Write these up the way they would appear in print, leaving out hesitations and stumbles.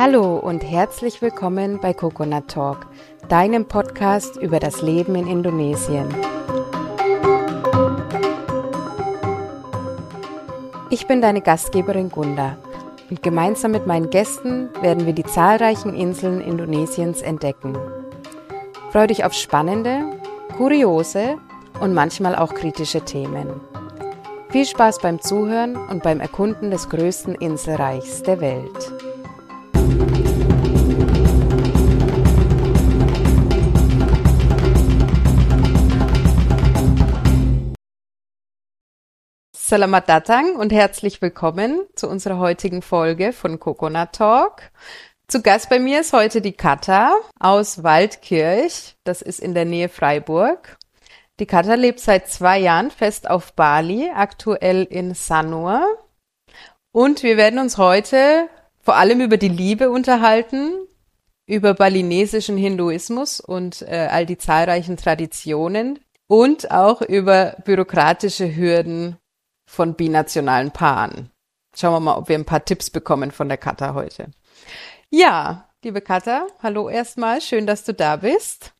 Hallo und herzlich willkommen bei Coconut Talk, deinem Podcast über das Leben in Indonesien. Ich bin deine Gastgeberin Gunda und gemeinsam mit meinen Gästen werden wir die zahlreichen Inseln Indonesiens entdecken. Freu dich auf spannende, kuriose und manchmal auch kritische Themen. Viel Spaß beim Zuhören und beim Erkunden des größten Inselreichs der Welt. Selamat datang und herzlich willkommen zu unserer heutigen Folge von Coconut Talk. Zu Gast bei mir ist heute die Katha aus Waldkirch, das ist in der Nähe Freiburg. Die Katha lebt seit 2 Jahren fest auf Bali, aktuell in Sanur. Und wir werden uns heute vor allem über die Liebe unterhalten, über balinesischen Hinduismus und all die zahlreichen Traditionen und auch über bürokratische Hürden von binationalen Paaren. Schauen wir mal, ob wir ein paar Tipps bekommen von der Katha heute. Ja, liebe Katha, hallo erstmal, schön, dass du da bist.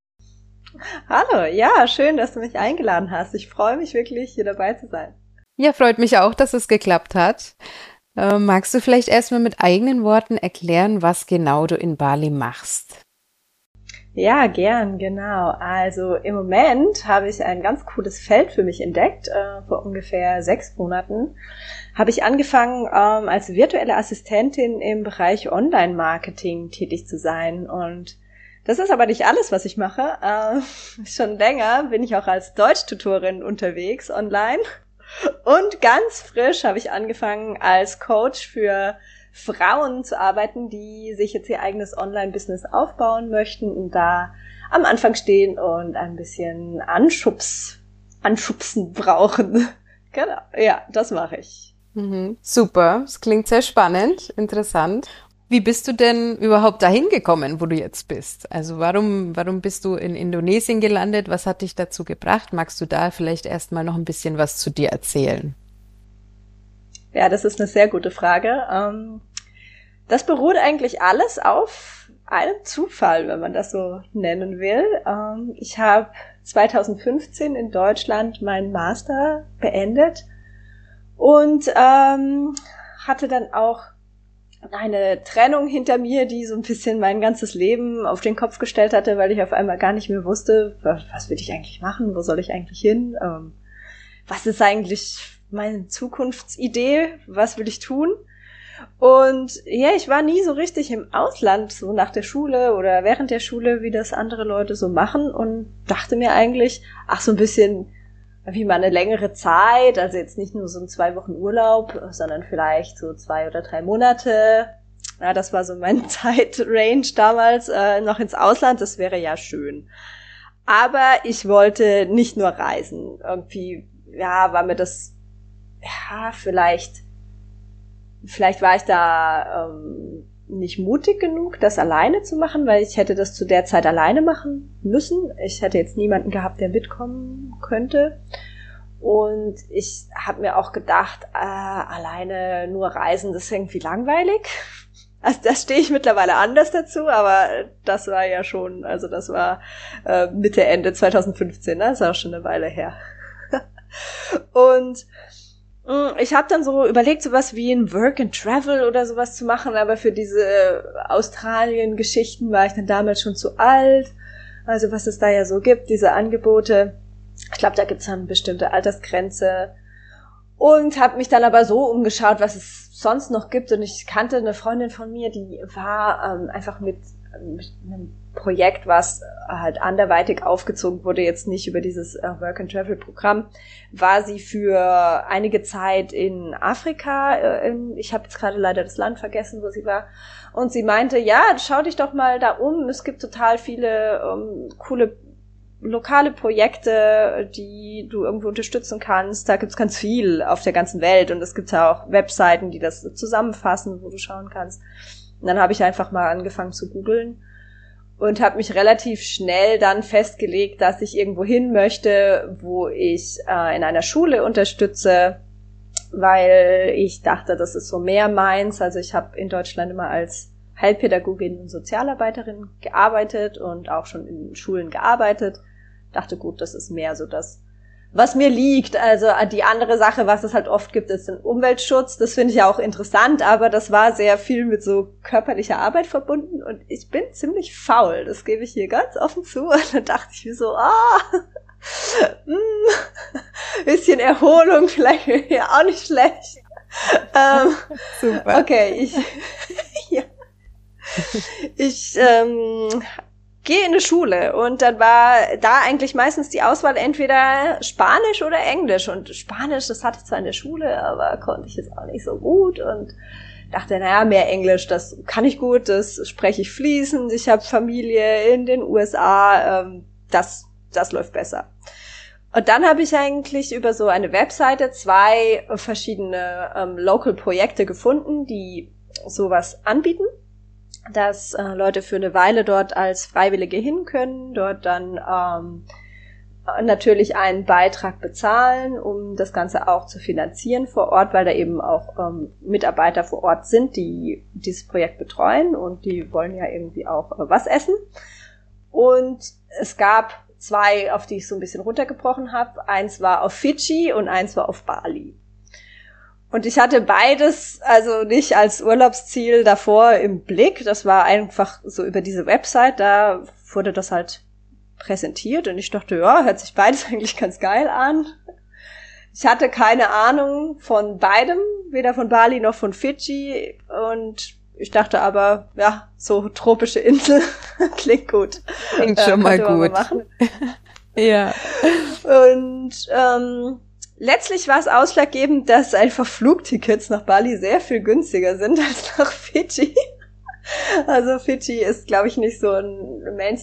Hallo, ja, schön, dass du mich eingeladen hast. Ich freue mich wirklich, hier dabei zu sein. Ja, freut mich auch, dass es geklappt hat. Magst du vielleicht erstmal mit eigenen Worten erklären, was genau du in Bali machst? Ja, gern, genau. Also im Moment habe ich ein ganz cooles Feld für mich entdeckt. Vor ungefähr 6 Monaten habe ich angefangen, als virtuelle Assistentin im Bereich Online-Marketing tätig zu sein. Und das ist aber nicht alles, was ich mache. Schon länger bin ich auch als Deutschtutorin unterwegs online. Und ganz frisch habe ich angefangen, als Coach für Frauen zu arbeiten, die sich jetzt ihr eigenes Online-Business aufbauen möchten und da am Anfang stehen und ein bisschen Anschubsen brauchen. Genau, ja, das mache ich. Super, das klingt sehr spannend, interessant. Wie bist du denn überhaupt dahin gekommen, wo du jetzt bist? Also warum bist du in Indonesien gelandet? Was hat dich dazu gebracht? Magst du da vielleicht erstmal noch ein bisschen was zu dir erzählen? Ja, das ist eine sehr gute Frage. Das beruht eigentlich alles auf einem Zufall, wenn man das so nennen will. Ich habe 2015 in Deutschland meinen Master beendet und hatte dann auch eine Trennung hinter mir, die so ein bisschen mein ganzes Leben auf den Kopf gestellt hatte, weil ich auf einmal gar nicht mehr wusste, was will ich eigentlich machen, wo soll ich eigentlich hin, was ist eigentlich meine Zukunftsidee, was will ich tun? Und ja, ich war nie so richtig im Ausland, so nach der Schule oder während der Schule, wie das andere Leute so machen und dachte mir eigentlich, so ein bisschen wie mal eine längere Zeit, also jetzt nicht nur so ein 2 Wochen Urlaub, sondern vielleicht so 2 oder 3 Monate. Ja, das war so mein Zeitrange damals, noch ins Ausland, das wäre ja schön. Aber ich wollte nicht nur reisen. Irgendwie, ja, war mir das, ja, vielleicht war ich da nicht mutig genug, das alleine zu machen, weil ich hätte das zu der Zeit alleine machen müssen. Ich hätte jetzt niemanden gehabt, der mitkommen könnte. Und ich habe mir auch gedacht, alleine nur reisen, das ist irgendwie langweilig. Also da stehe ich mittlerweile anders dazu, aber das war ja schon, also das war Mitte, Ende 2015, ne? Das ist auch schon eine Weile her. Und ich habe dann so überlegt, sowas wie ein Work and Travel oder sowas zu machen, aber für diese Australien-Geschichten war ich dann damals schon zu alt. Also was es da ja so gibt, diese Angebote. Ich glaube, da gibt's dann eine bestimmte Altersgrenze. Und habe mich dann aber so umgeschaut, was es sonst noch gibt. Und ich kannte eine Freundin von mir, die war einfach mit einem Projekt, was halt anderweitig aufgezogen wurde, jetzt nicht über dieses Work-and-Travel-Programm, war sie für einige Zeit in Afrika. Ich habe jetzt gerade leider das Land vergessen, wo sie war. Und sie meinte, ja, schau dich doch mal da um. Es gibt total viele coole lokale Projekte, die du irgendwo unterstützen kannst. Da gibt's ganz viel auf der ganzen Welt. Und es gibt ja auch Webseiten, die das zusammenfassen, wo du schauen kannst. Und dann habe ich einfach mal angefangen zu googeln und habe mich relativ schnell dann festgelegt, dass ich irgendwo hin möchte, wo ich in einer Schule unterstütze, weil ich dachte, das ist so mehr meins. Also ich habe in Deutschland immer als Heilpädagogin und Sozialarbeiterin gearbeitet und auch schon in Schulen gearbeitet. Dachte, gut, das ist mehr so das, was mir liegt. Also die andere Sache, was es halt oft gibt, ist den Umweltschutz. Das finde ich ja auch interessant, aber das war sehr viel mit so körperlicher Arbeit verbunden und ich bin ziemlich faul. Das gebe ich hier ganz offen zu. Und dann dachte ich mir so, bisschen Erholung vielleicht ja auch nicht schlecht. Super. Okay, ich gehe in eine Schule und dann war da eigentlich meistens die Auswahl entweder Spanisch oder Englisch. Und Spanisch, das hatte ich zwar in der Schule, aber konnte ich jetzt auch nicht so gut und dachte, naja, mehr Englisch, das kann ich gut, das spreche ich fließend, ich habe Familie in den USA, das läuft besser. Und dann habe ich eigentlich über so eine Webseite 2 verschiedene Local-Projekte gefunden, die sowas anbieten, dass Leute für eine Weile dort als Freiwillige hin können, dort dann natürlich einen Beitrag bezahlen, um das Ganze auch zu finanzieren vor Ort, weil da eben auch Mitarbeiter vor Ort sind, die dieses Projekt betreuen und die wollen ja irgendwie auch was essen. Und es gab 2, auf die ich so ein bisschen runtergebrochen habe. Eins war auf Fidschi und eins war auf Bali. Und ich hatte beides also nicht als Urlaubsziel davor im Blick. Das war einfach so über diese Website, da wurde das halt präsentiert und ich dachte, ja, hört sich beides eigentlich ganz geil an. Ich hatte keine Ahnung von beidem, weder von Bali noch von Fidschi und ich dachte aber, ja, so tropische Insel klingt gut. Klingt schon mal gut. Ja. Und letztlich war es ausschlaggebend, dass einfach Flugtickets nach Bali sehr viel günstiger sind als nach Fidschi. Also Fidschi ist, glaube ich, nicht so ein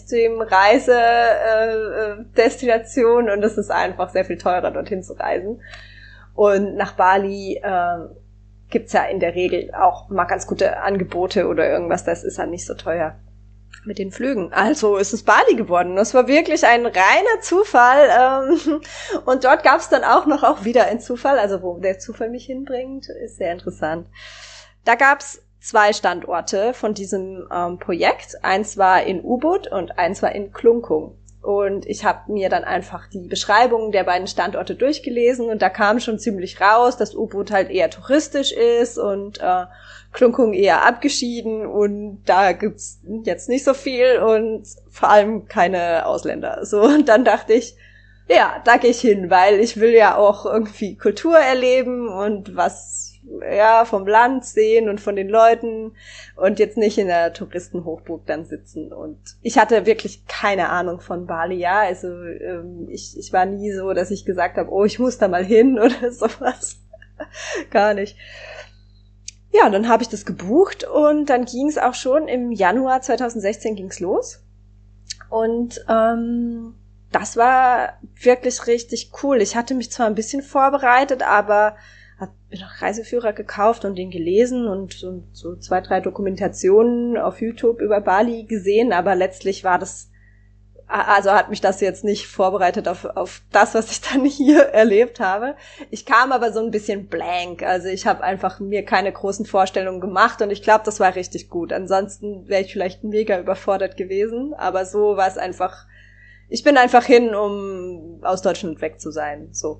Mainstream-Reise-Destination und es ist einfach sehr viel teurer, dorthin zu reisen. Und nach Bali gibt's ja in der Regel auch mal ganz gute Angebote oder irgendwas, das ist halt nicht so teuer mit den Flügen. Also ist es Bali geworden. Das war wirklich ein reiner Zufall. Und dort gab's dann auch wieder einen Zufall, also wo der Zufall mich hinbringt, ist sehr interessant. Da gab's 2 Standorte von diesem Projekt. Eins war in Ubud und eins war in Klungkung. Und ich habe mir dann einfach die Beschreibungen der beiden Standorte durchgelesen und da kam schon ziemlich raus, dass Ubud halt eher touristisch ist und Klungkung eher abgeschieden und da gibt's jetzt nicht so viel und vor allem keine Ausländer. So, und dann dachte ich, ja, da gehe ich hin, weil ich will ja auch irgendwie Kultur erleben und was vom Land sehen und von den Leuten und jetzt nicht in der Touristenhochburg dann sitzen. Und ich hatte wirklich keine Ahnung von Bali, ja. Also ich war nie so, dass ich gesagt habe, oh, ich muss da mal hin oder sowas. Gar nicht. Ja, dann habe ich das gebucht und dann ging es auch schon im Januar 2016 ging's los. Und das war wirklich richtig cool. Ich hatte mich zwar ein bisschen vorbereitet, aber habe noch Reiseführer gekauft und den gelesen und so 2, 3 Dokumentationen auf YouTube über Bali gesehen, aber letztlich war das, also hat mich das jetzt nicht vorbereitet auf das, was ich dann hier erlebt habe. Ich kam aber so ein bisschen blank, also ich habe einfach mir keine großen Vorstellungen gemacht und ich glaube, das war richtig gut. Ansonsten wäre ich vielleicht mega überfordert gewesen, aber so war es einfach, ich bin einfach hin, um aus Deutschland weg zu sein, so.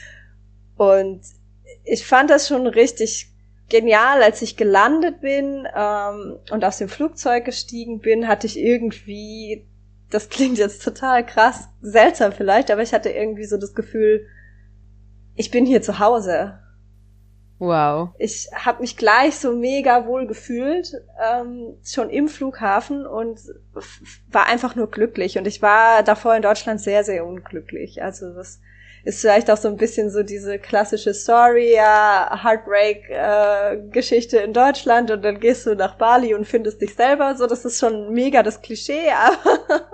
Und ich fand das schon richtig genial, als ich gelandet bin und aus dem Flugzeug gestiegen bin, hatte ich irgendwie, das klingt jetzt total krass, seltsam vielleicht, aber ich hatte irgendwie so das Gefühl, ich bin hier zu Hause. Wow. Ich habe mich gleich so mega wohl gefühlt, schon im Flughafen und war einfach nur glücklich. Und ich war davor in Deutschland sehr, sehr unglücklich. Also das ist vielleicht auch so ein bisschen so diese klassische Story, ja, Heartbreak-Geschichte in Deutschland und dann gehst du nach Bali und findest dich selber. So, das ist schon mega das Klischee, aber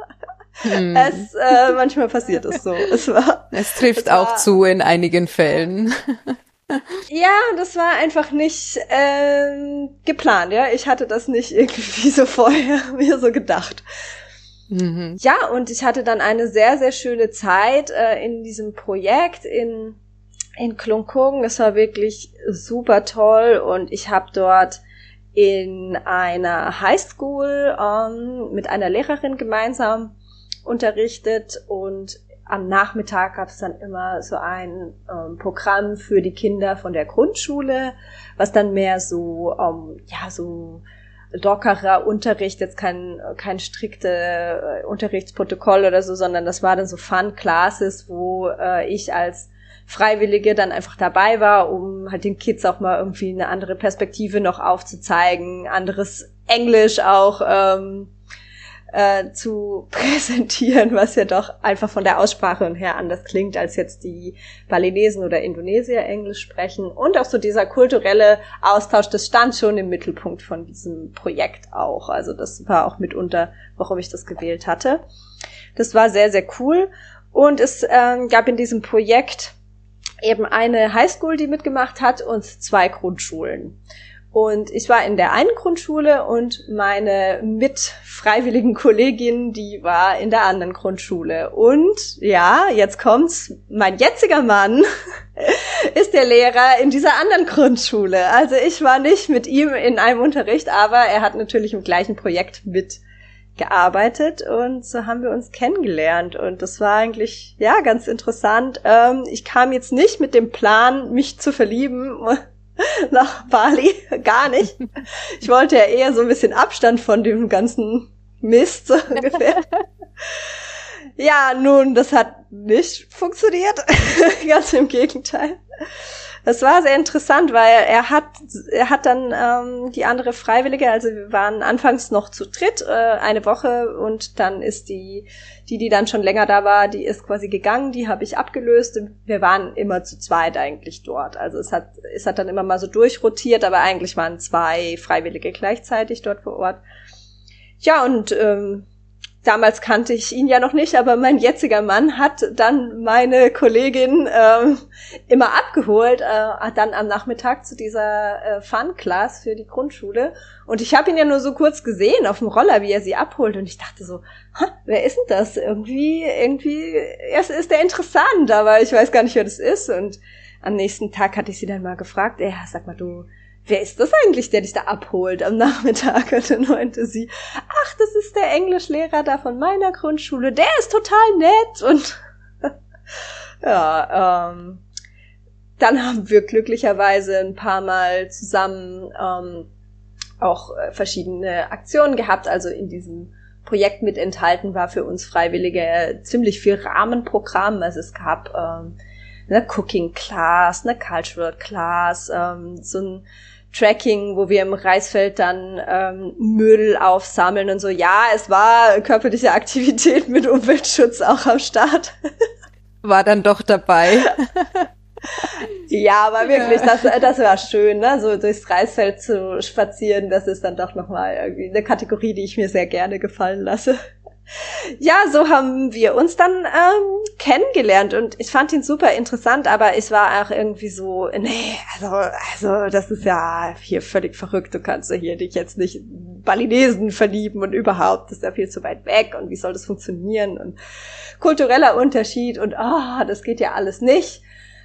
manchmal passiert es so. Es trifft auch zu in einigen Fällen. Ja, das war einfach nicht geplant, ja. Ich hatte das nicht irgendwie so vorher mir so gedacht. Mhm. Ja, und ich hatte dann eine sehr, sehr schöne Zeit in diesem Projekt in Klungkung. Es war wirklich super toll und ich habe dort in einer Highschool mit einer Lehrerin gemeinsam unterrichtet und am Nachmittag gab es dann immer so ein Programm für die Kinder von der Grundschule, was dann mehr so so lockerer Unterricht, jetzt kein strikte Unterrichtsprotokoll oder so, sondern das war dann so Fun-Classes, wo ich als Freiwillige dann einfach dabei war, um halt den Kids auch mal irgendwie eine andere Perspektive noch aufzuzeigen, anderes Englisch auch zu präsentieren, was ja doch einfach von der Aussprache her anders klingt, als jetzt die Balinesen oder Indonesier Englisch sprechen. Und auch so dieser kulturelle Austausch, das stand schon im Mittelpunkt von diesem Projekt auch. Also das war auch mitunter, warum ich das gewählt hatte. Das war sehr, sehr cool. Und es gab in diesem Projekt eben eine Highschool, die mitgemacht hat, und 2 Grundschulen. Und ich war in der einen Grundschule und meine mitfreiwilligen Kollegin, die war in der anderen Grundschule. Und ja, jetzt kommt's, mein jetziger Mann ist der Lehrer in dieser anderen Grundschule. Also ich war nicht mit ihm in einem Unterricht, aber er hat natürlich im gleichen Projekt mitgearbeitet und so haben wir uns kennengelernt. Und das war eigentlich, ja, ganz interessant. Ich kam jetzt nicht mit dem Plan, mich zu verlieben nach Bali, gar nicht. Ich wollte ja eher so ein bisschen Abstand von dem ganzen Mist, so ungefähr. Ja, nun, das hat nicht funktioniert. Ganz im Gegenteil. Das war sehr interessant, weil er hat dann die andere Freiwillige, also wir waren anfangs noch zu dritt, eine Woche, und dann ist die dann schon länger da war, die ist quasi gegangen, die habe ich abgelöst. Wir waren immer zu zweit eigentlich dort. Also es hat dann immer mal so durchrotiert, aber eigentlich waren 2 Freiwillige gleichzeitig dort vor Ort. Ja, und damals kannte ich ihn ja noch nicht, aber mein jetziger Mann hat dann meine Kollegin immer abgeholt, dann am Nachmittag zu dieser Fun-Class für die Grundschule. Und ich habe ihn ja nur so kurz gesehen auf dem Roller, wie er sie abholt. Und ich dachte so, wer ist denn das? Irgendwie ist der interessant, aber ich weiß gar nicht, wer das ist. Und am nächsten Tag hatte ich sie dann mal gefragt, sag mal, du, wer ist das eigentlich, der dich da abholt am Nachmittag? Und dann meinte sie, ach, das ist der Englischlehrer da von meiner Grundschule, der ist total nett. Und ja, dann haben wir glücklicherweise ein paar Mal zusammen auch verschiedene Aktionen gehabt. Also in diesem Projekt mit enthalten war für uns Freiwillige ziemlich viel Rahmenprogramm. Also es gab eine Cooking Class, eine Cultural Class, so ein Tracking, wo wir im Reisfeld dann Müll aufsammeln und so. Ja, es war körperliche Aktivität mit Umweltschutz auch am Start. War dann doch dabei. Ja, aber wirklich, das war schön, ne? So durchs Reisfeld zu spazieren, das ist dann doch nochmal irgendwie eine Kategorie, die ich mir sehr gerne gefallen lasse. Ja, so haben wir uns dann kennengelernt und ich fand ihn super interessant, aber ich war auch irgendwie so, nee, also das ist ja hier völlig verrückt, du kannst ja hier dich jetzt nicht in Balinesen verlieben und überhaupt, das ist ja viel zu weit weg und wie soll das funktionieren und kultureller Unterschied und das geht ja alles nicht.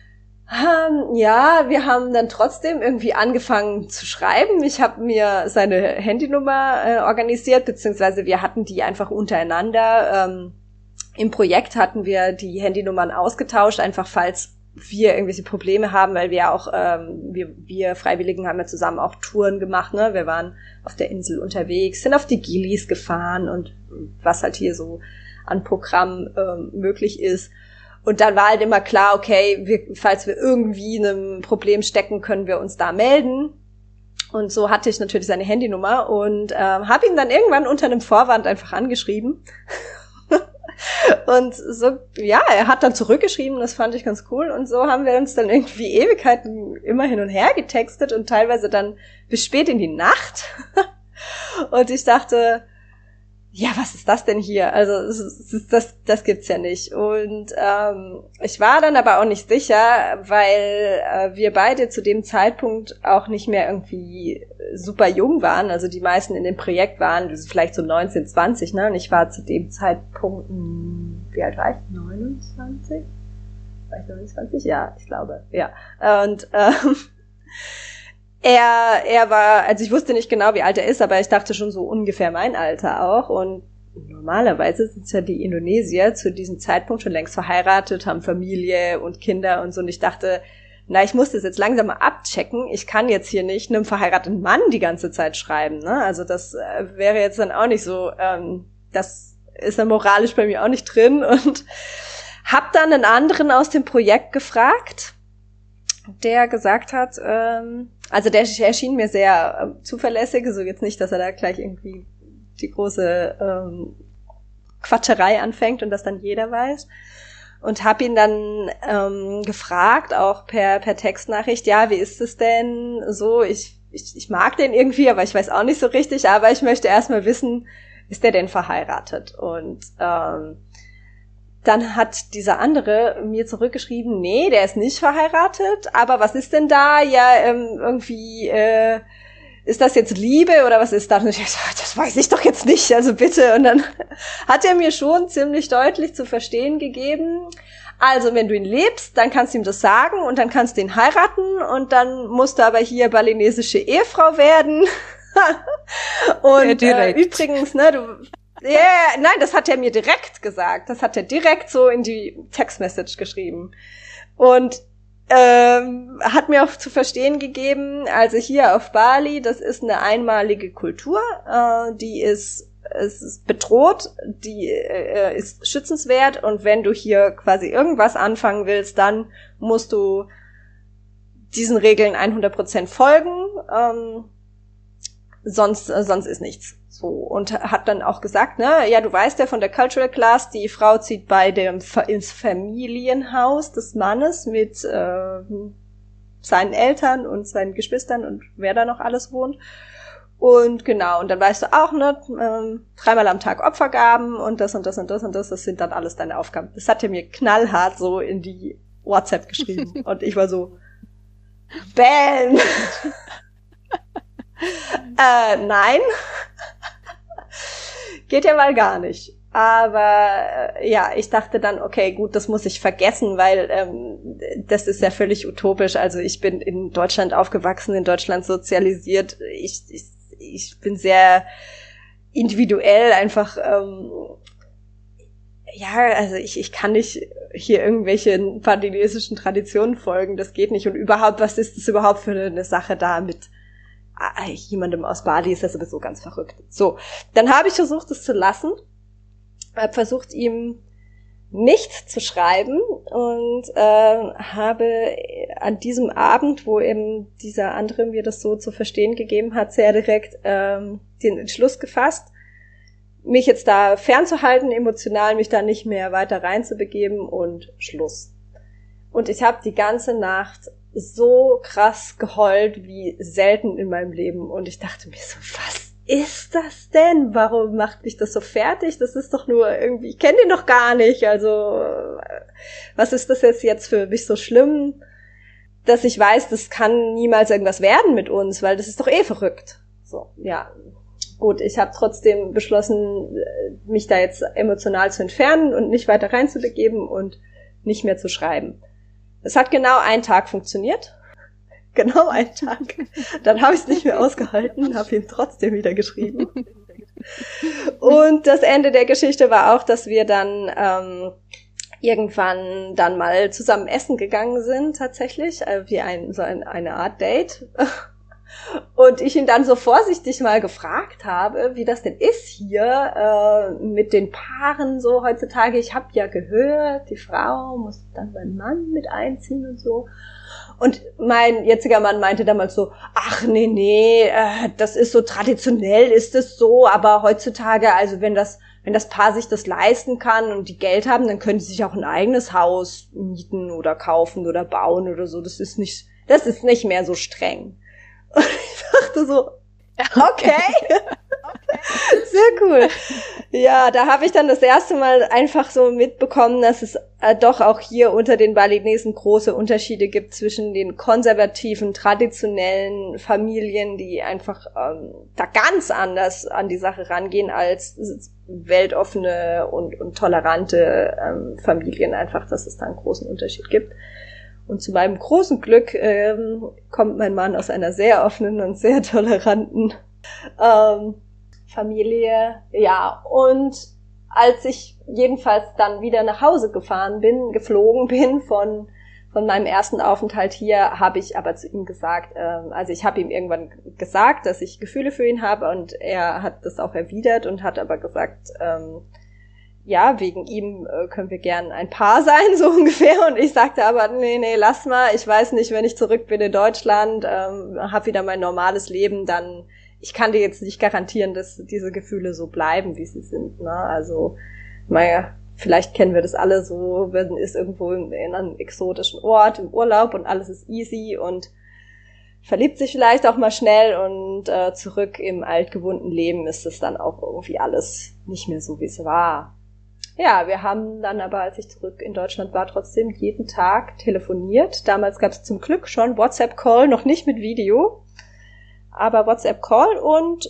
Ja, wir haben dann trotzdem irgendwie angefangen zu schreiben. Ich habe mir seine Handynummer organisiert, beziehungsweise wir hatten die einfach untereinander. Im Projekt hatten wir die Handynummern ausgetauscht, einfach falls wir irgendwelche Probleme haben, weil wir auch, wir Freiwilligen haben ja zusammen auch Touren gemacht, ne? Wir waren auf der Insel unterwegs, sind auf die Gilis gefahren und was halt hier so an Programm möglich ist. Und dann war halt immer klar, okay, falls wir irgendwie in einem Problem stecken, können wir uns da melden. Und so hatte ich natürlich seine Handynummer und habe ihn dann irgendwann unter einem Vorwand einfach angeschrieben. Und so, ja, er hat dann zurückgeschrieben, das fand ich ganz cool. Und so haben wir uns dann irgendwie Ewigkeiten immer hin und her getextet und teilweise dann bis spät in die Nacht. Und ich dachte, ja, was ist das denn hier? Also das gibt's ja nicht. Und ich war dann aber auch nicht sicher, weil wir beide zu dem Zeitpunkt auch nicht mehr irgendwie super jung waren. Also die meisten in dem Projekt waren vielleicht so 19, 20, ne? Und ich war zu dem Zeitpunkt, wie alt war ich? 29? War ich 29? Ja, ich glaube, ja. Und Er war, also ich wusste nicht genau, wie alt er ist, aber ich dachte schon so ungefähr mein Alter auch. Und normalerweise sind ja die Indonesier zu diesem Zeitpunkt schon längst verheiratet, haben Familie und Kinder und so. Und ich dachte, na, ich muss das jetzt langsam mal abchecken. Ich kann jetzt hier nicht einem verheirateten Mann die ganze Zeit schreiben, ne? Also das wäre jetzt dann auch nicht so, das ist dann moralisch bei mir auch nicht drin. Und hab dann einen anderen aus dem Projekt gefragt, der gesagt hat, also der erschien mir sehr zuverlässig, so jetzt nicht, dass er da gleich irgendwie die große Quatscherei anfängt und das dann jeder weiß. Und habe ihn dann gefragt, auch per Textnachricht, ja, wie ist es denn so? Ich mag den irgendwie, aber ich weiß auch nicht so richtig, aber ich möchte erstmal wissen, ist der denn verheiratet? Und dann hat dieser andere mir zurückgeschrieben, nee, der ist nicht verheiratet, aber was ist denn da? Ja, irgendwie, ist das jetzt Liebe oder was ist das? Und ich gesagt, das weiß ich doch jetzt nicht, also bitte. Und dann hat er mir schon ziemlich deutlich zu verstehen gegeben, also wenn du ihn liebst, dann kannst du ihm das sagen und dann kannst du ihn heiraten und dann musst du aber hier balinesische Ehefrau werden. Und übrigens, ne, nein, das hat er mir direkt gesagt. Das hat er direkt so in die Textmessage geschrieben. Und hat mir auch zu verstehen gegeben, also hier auf Bali, das ist eine einmalige Kultur, die ist bedroht, die ist schützenswert und wenn du hier quasi irgendwas anfangen willst, dann musst du diesen Regeln 100% folgen, sonst ist nichts. So, und hat dann auch gesagt, ne, ja, du weißt ja von der Cultural Class, die Frau zieht ins Familienhaus des Mannes mit seinen Eltern und seinen Geschwistern und wer da noch alles wohnt. Und genau, und dann weißt du auch, ne, 3-mal am Tag Opfergaben und das und das und das und das sind dann alles deine Aufgaben. Das hat er mir knallhart so in die WhatsApp geschrieben. Und ich war so, bam! Nein. Geht ja mal gar nicht. Aber ja, ich dachte dann, okay, gut, das muss ich vergessen, weil das ist ja völlig utopisch. Also ich bin in Deutschland aufgewachsen, in Deutschland sozialisiert. Ich bin sehr individuell einfach, ja, also ich kann nicht hier irgendwelchen balinesischen Traditionen folgen, das geht nicht. Und überhaupt, was ist das überhaupt für eine Sache da mit jemandem aus Bali, ist ja sowieso ganz verrückt. So, dann habe ich versucht, es zu lassen, habe versucht, ihm nichts zu schreiben und habe an diesem Abend, wo eben dieser andere mir das so zu verstehen gegeben hat, sehr direkt den Entschluss gefasst, mich jetzt da fernzuhalten, emotional mich da nicht mehr weiter reinzubegeben und Schluss. Und ich habe die ganze Nacht so krass geheult wie selten in meinem Leben und ich dachte mir so, was ist das denn? Warum macht mich das so fertig? Das ist doch nur irgendwie, ich kenne den doch gar nicht, also was ist das jetzt für mich so schlimm, dass ich weiß, das kann niemals irgendwas werden mit uns, weil das ist doch verrückt. So, ja, gut, ich habe trotzdem beschlossen, mich da jetzt emotional zu entfernen und nicht weiter reinzubegeben und nicht mehr zu schreiben. Es hat genau einen Tag funktioniert. Genau einen Tag. Dann habe ich es nicht mehr ausgehalten, habe ihm trotzdem wieder geschrieben. Und das Ende der Geschichte war auch, dass wir dann irgendwann dann mal zusammen essen gegangen sind, tatsächlich, wie eine Art Date. Und ich ihn dann so vorsichtig mal gefragt habe, wie das denn ist hier mit den Paaren so heutzutage. Ich habe ja gehört, die Frau muss dann beim Mann mit einziehen und so. Und mein jetziger Mann meinte damals so, ach nee, das ist so traditionell, ist es so, aber heutzutage, also wenn das Paar sich das leisten kann und die Geld haben, dann können sie sich auch ein eigenes Haus mieten oder kaufen oder bauen oder so. Das ist nicht mehr so streng. Und ich dachte so, okay. Sehr cool. Ja, da habe ich dann das erste Mal einfach so mitbekommen, dass es doch auch hier unter den Balinesen große Unterschiede gibt zwischen den konservativen, traditionellen Familien, die einfach da ganz anders an die Sache rangehen als weltoffene und tolerante Familien, einfach, dass es da einen großen Unterschied gibt. Und zu meinem großen Glück kommt mein Mann aus einer sehr offenen und sehr toleranten Familie. Ja, und als ich jedenfalls dann wieder nach Hause geflogen bin von meinem ersten Aufenthalt hier, habe ich aber zu ihm gesagt, also ich habe ihm irgendwann gesagt, dass ich Gefühle für ihn habe, und er hat das auch erwidert und hat aber gesagt, ja, wegen ihm können wir gern ein Paar sein, so ungefähr. Und ich sagte aber, nee, lass mal, ich weiß nicht, wenn ich zurück bin in Deutschland, habe wieder mein normales Leben, dann, ich kann dir jetzt nicht garantieren, dass diese Gefühle so bleiben, wie sie sind, ne? Also, naja, vielleicht kennen wir das alle so, man ist irgendwo in einem exotischen Ort im Urlaub und alles ist easy und verliebt sich vielleicht auch mal schnell, und zurück im altgewohnten Leben ist es dann auch irgendwie alles nicht mehr so, wie es war. Ja, wir haben dann aber, als ich zurück in Deutschland war, trotzdem jeden Tag telefoniert. Damals gab es zum Glück schon WhatsApp-Call, noch nicht mit Video, aber WhatsApp-Call. Und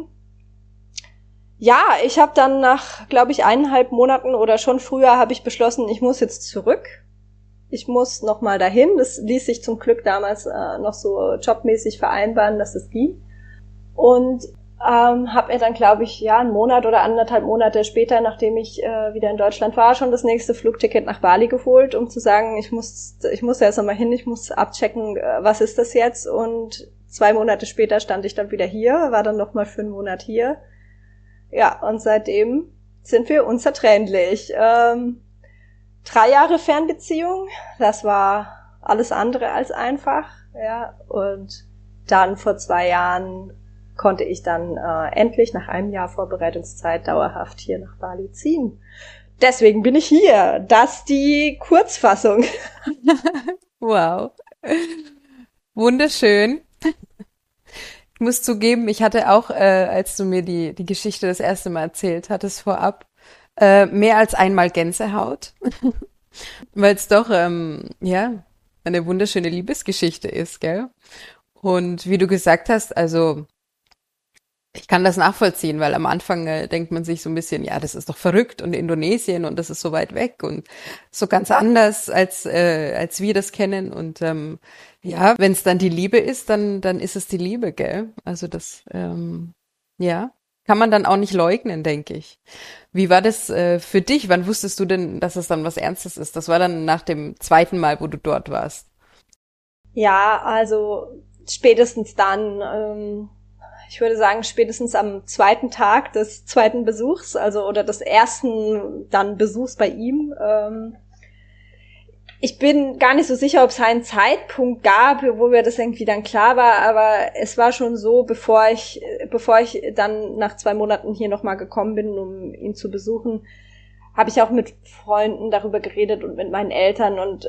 ja, ich habe dann nach, glaube ich, 1,5 Monaten oder schon früher habe ich beschlossen, ich muss jetzt zurück. Ich muss noch mal dahin. Das ließ sich zum Glück damals noch so jobmäßig vereinbaren, dass es ging. Und habe mir dann, glaube ich, ja, 1 Monat oder 1,5 Monate später, nachdem ich wieder in Deutschland war, schon das nächste Flugticket nach Bali geholt, um zu sagen, ich muss da jetzt nochmal hin, ich muss abchecken, was ist das jetzt. Und 2 Monate später stand ich dann wieder hier, war dann nochmal für 1 Monat hier. Ja, und seitdem sind wir unzertrennlich. 3 Jahre Fernbeziehung, das war alles andere als einfach, ja. Und dann vor 2 Jahren konnte ich dann endlich nach 1 Jahr Vorbereitungszeit dauerhaft hier nach Bali ziehen. Deswegen bin ich hier. Das die Kurzfassung. Wow. Wunderschön. Ich muss zugeben, ich hatte auch, als du mir die Geschichte das erste Mal erzählt hattest vorab, mehr als einmal Gänsehaut, weil es doch, ja, eine wunderschöne Liebesgeschichte ist, gell? Und wie du gesagt hast, also ich kann das nachvollziehen, weil am Anfang denkt man sich so ein bisschen, ja, das ist doch verrückt und Indonesien und das ist so weit weg und so ganz anders als wir das kennen. Und ja, wenn es dann die Liebe ist, dann ist es die Liebe, gell? Also das ja, kann man dann auch nicht leugnen, denke ich. Wie war das für dich? Wann wusstest du denn, dass es dann was Ernstes ist? Das war dann nach dem zweiten Mal, wo du dort warst. Ja, also spätestens dann, ich würde sagen, spätestens am 2. Tag des 2. Besuchs, also oder des ersten dann Besuchs bei ihm. Ich bin gar nicht so sicher, ob es einen Zeitpunkt gab, wo mir das irgendwie dann klar war, aber es war schon so, bevor ich dann nach 2 Monaten hier nochmal gekommen bin, um ihn zu besuchen, habe ich auch mit Freunden darüber geredet und mit meinen Eltern, und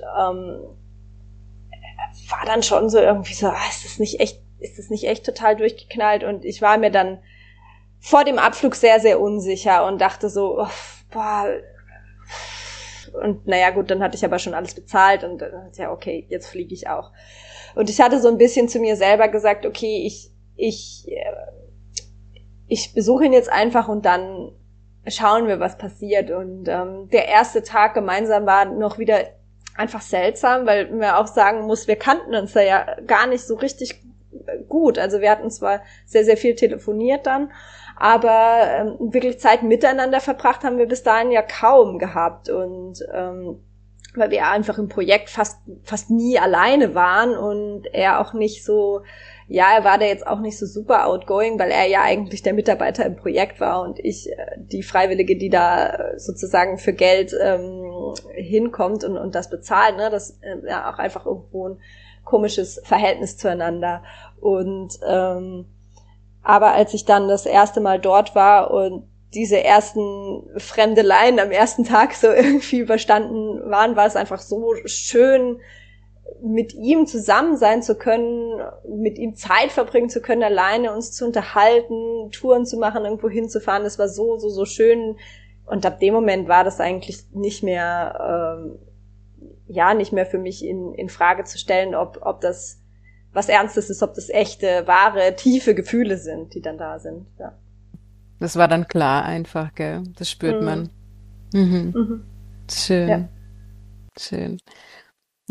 war dann schon so irgendwie so, ist das nicht echt total durchgeknallt? Und ich war mir dann vor dem Abflug sehr, sehr unsicher und dachte so, oh, boah. Und naja, gut, dann hatte ich aber schon alles bezahlt und ja, okay, jetzt fliege ich auch. Und ich hatte so ein bisschen zu mir selber gesagt, okay, ich besuche ihn jetzt einfach und dann schauen wir, was passiert. Und der erste Tag gemeinsam war noch wieder einfach seltsam, weil man auch sagen muss, wir kannten uns da ja gar nicht so richtig gut. Also wir hatten zwar sehr, sehr viel telefoniert dann, aber wirklich Zeit miteinander verbracht haben wir bis dahin ja kaum gehabt. Und weil wir einfach im Projekt fast nie alleine waren und er auch nicht so, ja, er war da jetzt auch nicht so super outgoing, weil er ja eigentlich der Mitarbeiter im Projekt war und ich die Freiwillige, die da sozusagen für Geld hinkommt und das bezahlt, ne, das ja auch einfach irgendwo ein komisches Verhältnis zueinander. Und aber als ich dann das erste Mal dort war und diese ersten Fremdeleien am ersten Tag so irgendwie überstanden waren, war es einfach so schön, mit ihm zusammen sein zu können, mit ihm Zeit verbringen zu können, alleine uns zu unterhalten, Touren zu machen, irgendwo hinzufahren. Das war so, so, so schön. Und ab dem Moment war das eigentlich nicht mehr, nicht mehr für mich in Frage zu stellen, ob das was Ernstes ist, ob das echte, wahre, tiefe Gefühle sind, die dann da sind. Ja. Das war dann klar einfach, gell? Das spürt man. Mhm. Mhm. Schön, Ja. schön.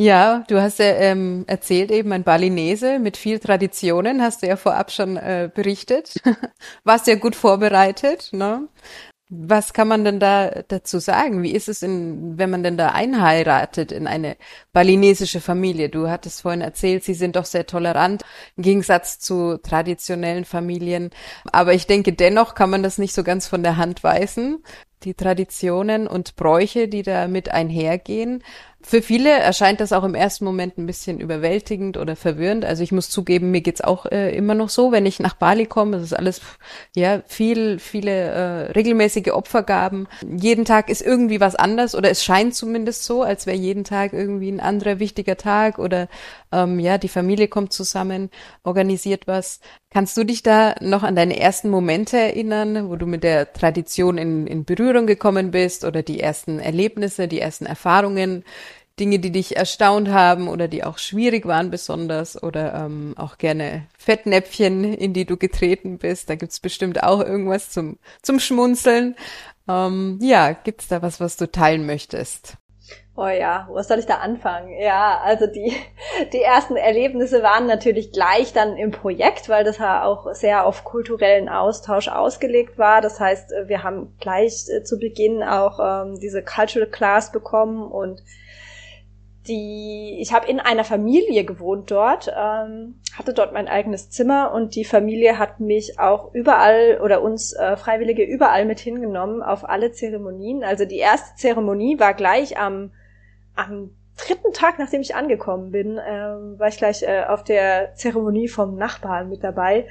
Ja, du hast ja erzählt eben ein Balinese mit viel Traditionen, hast du ja vorab schon berichtet. Warst ja gut vorbereitet, ne? Was kann man denn da dazu sagen? Wie ist es wenn man denn da einheiratet in eine balinesische Familie? Du hattest vorhin erzählt, sie sind doch sehr tolerant im Gegensatz zu traditionellen Familien. Aber ich denke, dennoch kann man das nicht so ganz von der Hand weisen. Die Traditionen und Bräuche, die da mit einhergehen. Für viele erscheint das auch im ersten Moment ein bisschen überwältigend oder verwirrend. Also ich muss zugeben, mir geht's auch immer noch so, wenn ich nach Bali komme. Es ist alles, ja, viele regelmäßige Opfergaben. Jeden Tag ist irgendwie was anders oder es scheint zumindest so, als wäre jeden Tag irgendwie ein anderer wichtiger Tag oder ja, die Familie kommt zusammen, organisiert was. Kannst du dich da noch an deine ersten Momente erinnern, wo du mit der Tradition in Berührung gekommen bist oder die ersten Erlebnisse, die ersten Erfahrungen, Dinge, die dich erstaunt haben oder die auch schwierig waren besonders oder auch gerne Fettnäpfchen, in die du getreten bist? Da gibt's bestimmt auch irgendwas zum Schmunzeln. Ja, gibt's da was du teilen möchtest? Oh ja, wo soll ich da anfangen? Ja, also die ersten Erlebnisse waren natürlich gleich dann im Projekt, weil das ja auch sehr auf kulturellen Austausch ausgelegt war. Das heißt, wir haben gleich zu Beginn auch diese Cultural Class bekommen und ich habe in einer Familie gewohnt dort, hatte dort mein eigenes Zimmer und die Familie hat mich auch überall oder uns Freiwillige überall mit hingenommen auf alle Zeremonien. Also die erste Zeremonie war gleich am dritten Tag, nachdem ich angekommen bin, war ich gleich auf der Zeremonie vom Nachbarn mit dabei.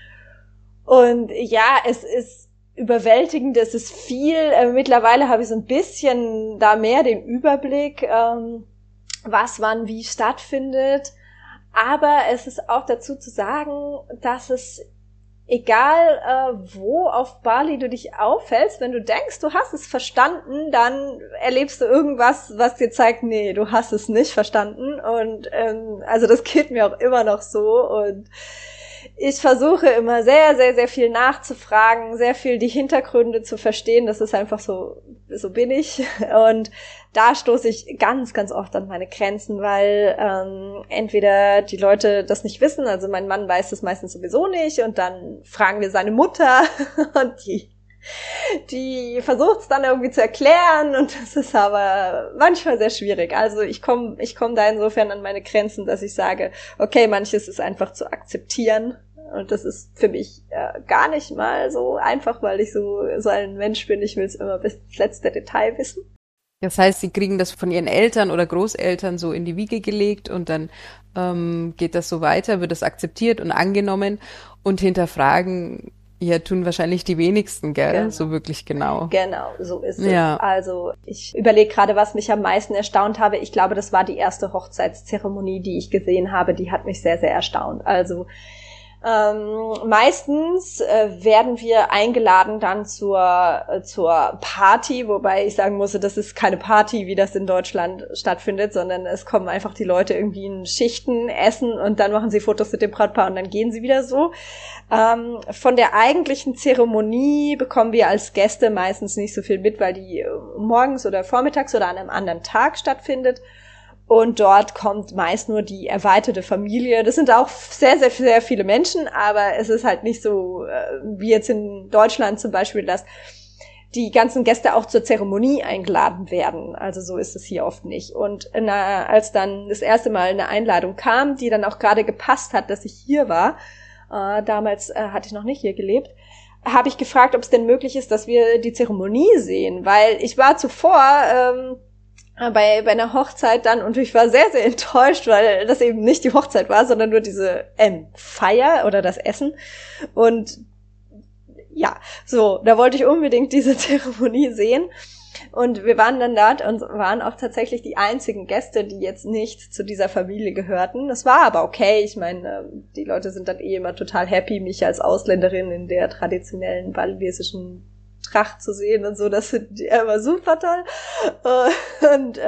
Und ja, es ist überwältigend, es ist viel. Mittlerweile habe ich so ein bisschen da mehr den Überblick, was wann wie stattfindet. Aber es ist auch dazu zu sagen, dass es egal wo auf Bali du dich aufhältst, wenn du denkst, du hast es verstanden, dann erlebst du irgendwas, was dir zeigt, nee, du hast es nicht verstanden. Und also das geht mir auch immer noch so. Und ich versuche immer sehr, sehr, sehr viel nachzufragen, sehr viel die Hintergründe zu verstehen. Das ist einfach so bin ich. Und da stoße ich ganz, ganz oft an meine Grenzen, weil entweder die Leute das nicht wissen, also mein Mann weiß das meistens sowieso nicht, und dann fragen wir seine Mutter und die versucht es dann irgendwie zu erklären, und das ist aber manchmal sehr schwierig. Also ich komm da insofern an meine Grenzen, dass ich sage, okay, manches ist einfach zu akzeptieren. Und das ist für mich gar nicht mal so einfach, weil ich so ein Mensch bin. Ich will es immer bis ins letzte Detail wissen. Das heißt, sie kriegen das von ihren Eltern oder Großeltern so in die Wiege gelegt und dann geht das so weiter, wird das akzeptiert und angenommen, und hinterfragen, ja, tun wahrscheinlich die wenigsten, gell? Genau. So wirklich genau. Genau, so ist es. Also ich überlege gerade, was mich am meisten erstaunt habe. Ich glaube, das war die erste Hochzeitszeremonie, die ich gesehen habe. Die hat mich sehr, sehr erstaunt. Also meistens werden wir eingeladen dann zur Party, wobei ich sagen musste, das ist keine Party, wie das in Deutschland stattfindet, sondern es kommen einfach die Leute irgendwie in Schichten, essen und dann machen sie Fotos mit dem Brautpaar und dann gehen sie wieder so. Von der eigentlichen Zeremonie bekommen wir als Gäste meistens nicht so viel mit, weil die morgens oder vormittags oder an einem anderen Tag stattfindet. Und dort kommt meist nur die erweiterte Familie. Das sind auch sehr, sehr, sehr viele Menschen, aber es ist halt nicht so wie jetzt in Deutschland zum Beispiel, dass die ganzen Gäste auch zur Zeremonie eingeladen werden. Also so ist es hier oft nicht. Und als dann das erste Mal eine Einladung kam, die dann auch gerade gepasst hat, dass ich hier war, damals hatte ich noch nicht hier gelebt, habe ich gefragt, ob es denn möglich ist, dass wir die Zeremonie sehen, weil ich war zuvor bei einer Hochzeit dann, und ich war sehr, sehr enttäuscht, weil das eben nicht die Hochzeit war, sondern nur diese Feier oder das Essen. Und ja, so, da wollte ich unbedingt diese Zeremonie sehen. Und wir waren dann dort und waren auch tatsächlich die einzigen Gäste, die jetzt nicht zu dieser Familie gehörten. Das war aber okay. Ich meine, die Leute sind dann immer total happy, mich als Ausländerin in der traditionellen balinesischen Tracht zu sehen und so, das finden die immer super toll. Und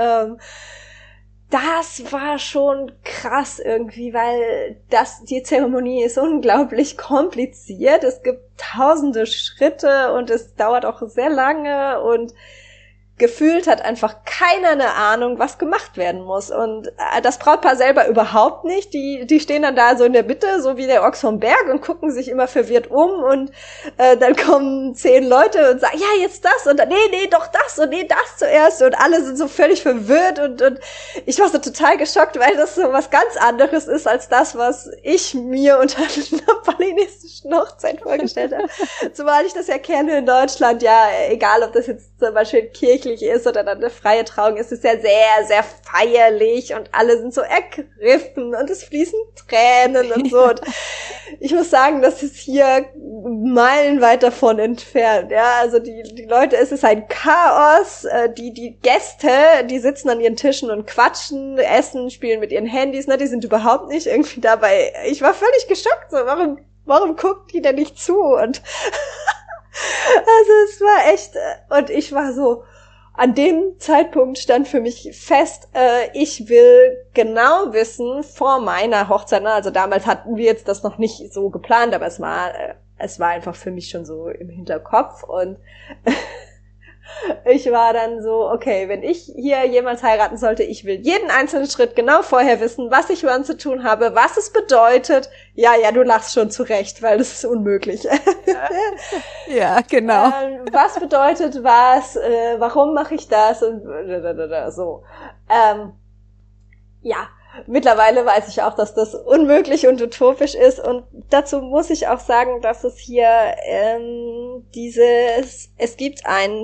das war schon krass irgendwie, weil die Zeremonie ist unglaublich kompliziert. Es gibt tausende Schritte und es dauert auch sehr lange, und gefühlt hat einfach keiner eine Ahnung, was gemacht werden muss. Und das Brautpaar selber überhaupt nicht. Die stehen dann da so in der Mitte, so wie der Ochs vom Berg und gucken sich immer verwirrt um. Und dann kommen 10 Leute und sagen, ja, jetzt das. Und dann, nee, doch das und nee, das zuerst. Und alle sind so völlig verwirrt. Und ich war so total geschockt, weil das so was ganz anderes ist als das, was ich mir unter einer balinesischen Hochzeit vorgestellt habe. Zumal ich das ja kenne in Deutschland. Ja, egal, ob das jetzt zum Beispiel kirchlich ist oder dann eine freie Trauung, ist es ja sehr, sehr feierlich und alle sind so ergriffen und es fließen Tränen und so. Und ich muss sagen, das ist hier meilenweit davon entfernt. Ja, also die Leute, es ist ein Chaos. Die Gäste, die sitzen an ihren Tischen und quatschen, essen, spielen mit ihren Handys. Ne, die sind überhaupt nicht irgendwie dabei. Ich war völlig geschockt. So, warum guckt die denn nicht zu? Und also es war echt, und ich war so, an dem Zeitpunkt stand für mich fest, ich will genau wissen vor meiner Hochzeit, also damals hatten wir jetzt das noch nicht so geplant, aber es war einfach für mich schon so im Hinterkopf und ich war dann so, okay, wenn ich hier jemals heiraten sollte, ich will jeden einzelnen Schritt genau vorher wissen, was ich wann zu tun habe, was es bedeutet. Ja, du lachst schon zurecht, weil das ist unmöglich. Ja, genau. Was bedeutet was? Warum mache ich das? Und so. Ja. Mittlerweile weiß ich auch, dass das unmöglich und utopisch ist und dazu muss ich auch sagen, dass es hier es gibt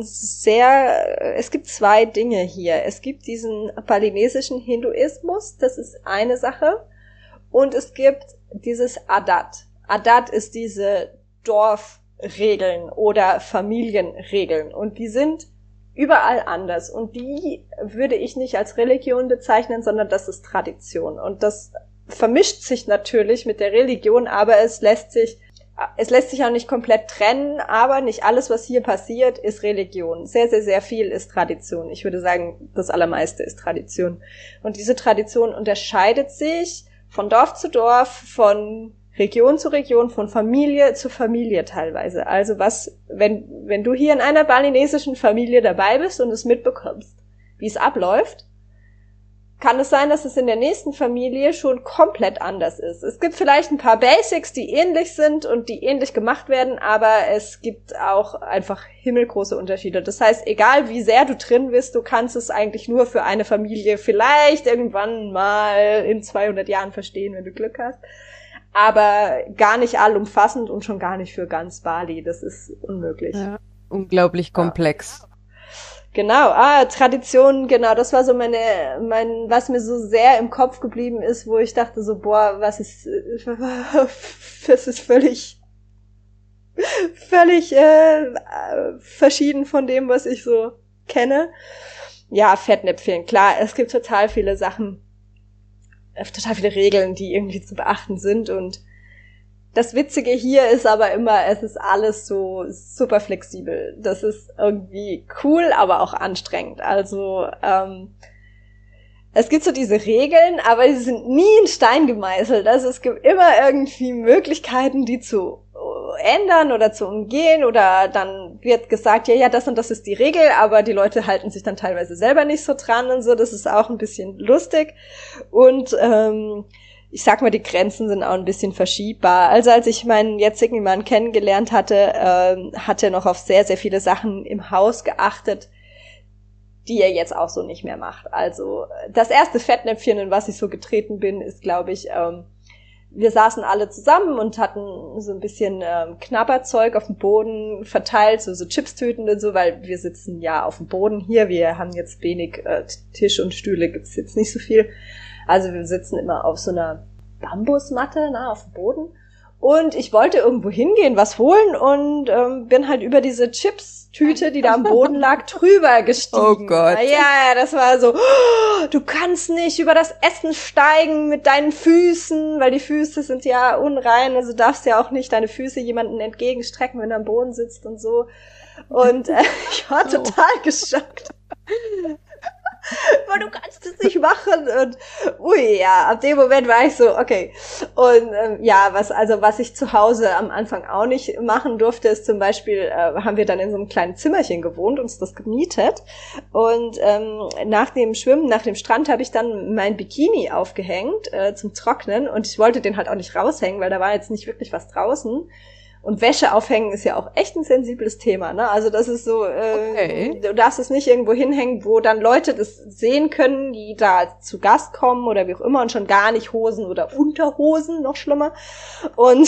zwei Dinge hier. Es gibt diesen balinesischen Hinduismus, das ist eine Sache, und es gibt dieses Adat. Adat ist diese Dorfregeln oder Familienregeln und die sind überall anders. Und die würde ich nicht als Religion bezeichnen, sondern das ist Tradition. Und das vermischt sich natürlich mit der Religion, aber es lässt sich auch nicht komplett trennen, aber nicht alles, was hier passiert, ist Religion. Sehr, sehr, sehr viel ist Tradition. Ich würde sagen, das Allermeiste ist Tradition. Und diese Tradition unterscheidet sich von Dorf zu Dorf, von Region zu Region, von Familie zu Familie teilweise. Also wenn du hier in einer balinesischen Familie dabei bist und es mitbekommst, wie es abläuft, kann es sein, dass es in der nächsten Familie schon komplett anders ist. Es gibt vielleicht ein paar Basics, die ähnlich sind und die ähnlich gemacht werden, aber es gibt auch einfach himmelgroße Unterschiede. Das heißt, egal wie sehr du drin bist, du kannst es eigentlich nur für eine Familie vielleicht irgendwann mal in 200 Jahren verstehen, wenn du Glück hast. Aber gar nicht allumfassend und schon gar nicht für ganz Bali. Das ist unmöglich. Ja, unglaublich komplex. Ja. Genau, Tradition, genau, das war so was mir so sehr im Kopf geblieben ist, wo ich dachte so, boah, das ist völlig verschieden von dem, was ich so kenne. Ja, Fettnäpfchen, klar, es gibt total viele Sachen, total viele Regeln, die irgendwie zu beachten sind und das Witzige hier ist aber immer, es ist alles so super flexibel. Das ist irgendwie cool, aber auch anstrengend. Also es gibt so diese Regeln, aber die sind nie in Stein gemeißelt. Also es gibt immer irgendwie Möglichkeiten, die zu ändern oder zu umgehen oder dann wird gesagt, ja, das und das ist die Regel, aber die Leute halten sich dann teilweise selber nicht so dran und so. Das ist auch ein bisschen lustig und ich sag mal, die Grenzen sind auch ein bisschen verschiebbar. Also als ich meinen jetzigen Mann kennengelernt hatte, hat er noch auf sehr, sehr viele Sachen im Haus geachtet, die er jetzt auch so nicht mehr macht. Also das erste Fettnäpfchen, in was ich so getreten bin, ist, glaube ich, wir saßen alle zusammen und hatten so ein bisschen Knabberzeug auf dem Boden verteilt, so Chipstüten und so, weil wir sitzen ja auf dem Boden hier. Wir haben jetzt wenig Tisch und Stühle, gibt's jetzt nicht so viel. Also wir sitzen immer auf so einer Bambusmatte, auf dem Boden. Und ich wollte irgendwo hingehen, was holen und bin halt über diese Chips-Tüte, die da am Boden lag, drüber gestiegen. Oh Gott. Ja, das war so, du kannst nicht über das Essen steigen mit deinen Füßen, weil die Füße sind ja unrein, also darfst ja auch nicht deine Füße jemandem entgegenstrecken, wenn du am Boden sitzt und so. Und ich war total geschockt. aber du kannst es nicht machen. Und ui, ja, ab dem Moment war ich so, okay. Und ja, was ich zu Hause am Anfang auch nicht machen durfte, ist zum Beispiel, haben wir dann in so einem kleinen Zimmerchen gewohnt, uns das gemietet. Und nach dem Schwimmen, nach dem Strand habe ich dann mein Bikini aufgehängt zum Trocknen. Und ich wollte den halt auch nicht raushängen, weil da war jetzt nicht wirklich was draußen. Und Wäsche aufhängen ist ja auch echt ein sensibles Thema, ne? Also das ist so, Okay. du darfst es nicht irgendwo hinhängen, wo dann Leute das sehen können, die da zu Gast kommen oder wie auch immer und schon gar nicht Hosen oder Unterhosen, noch schlimmer. Und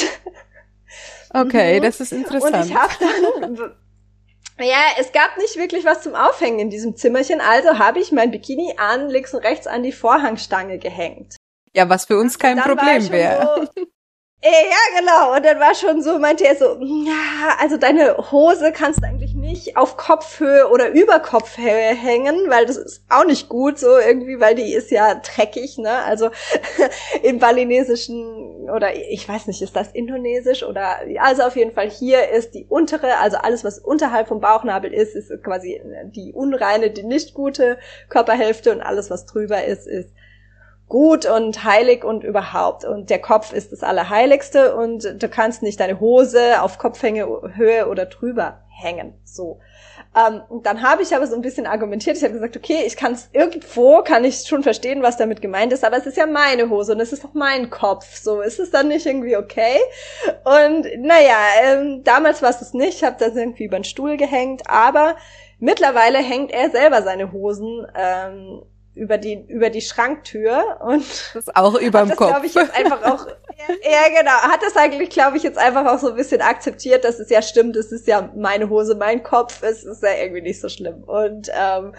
Okay, das ist und interessant. ich habe dann, ja, es gab nicht wirklich was zum Aufhängen in diesem Zimmerchen, also habe ich mein Bikini links und rechts an die Vorhangstange gehängt. Ja, was für uns kein Dann war ich Problem schon wäre. so, ja, genau. Und dann war schon so, meinte er so, ja, also deine Hose kannst du eigentlich nicht auf Kopfhöhe oder über Kopfhöhe hängen, weil das ist auch nicht gut so irgendwie, weil die ist ja dreckig, ne? Also im balinesischen oder ich weiß nicht, ist das indonesisch oder, also auf jeden Fall hier ist die untere, also alles, was unterhalb vom Bauchnabel ist quasi die unreine, die nicht gute Körperhälfte und alles, was drüber ist gut und heilig und überhaupt. Und der Kopf ist das Allerheiligste und du kannst nicht deine Hose auf Kopfhöhe oder drüber hängen. So. Und dann habe ich aber so ein bisschen argumentiert. Ich habe gesagt, okay, kann ich schon verstehen, was damit gemeint ist, aber es ist ja meine Hose und es ist doch mein Kopf. So, ist es dann nicht irgendwie okay? Und naja, damals war es nicht. Ich habe das irgendwie über den Stuhl gehängt, aber mittlerweile hängt er selber seine Hosen über die Schranktür und Das ist auch überm das Kopf. glaube ich jetzt einfach auch ja genau, hat das eigentlich glaube ich jetzt einfach auch so ein bisschen akzeptiert, dass es ja stimmt, es ist ja meine Hose, mein Kopf, es ist ja irgendwie nicht so schlimm. Und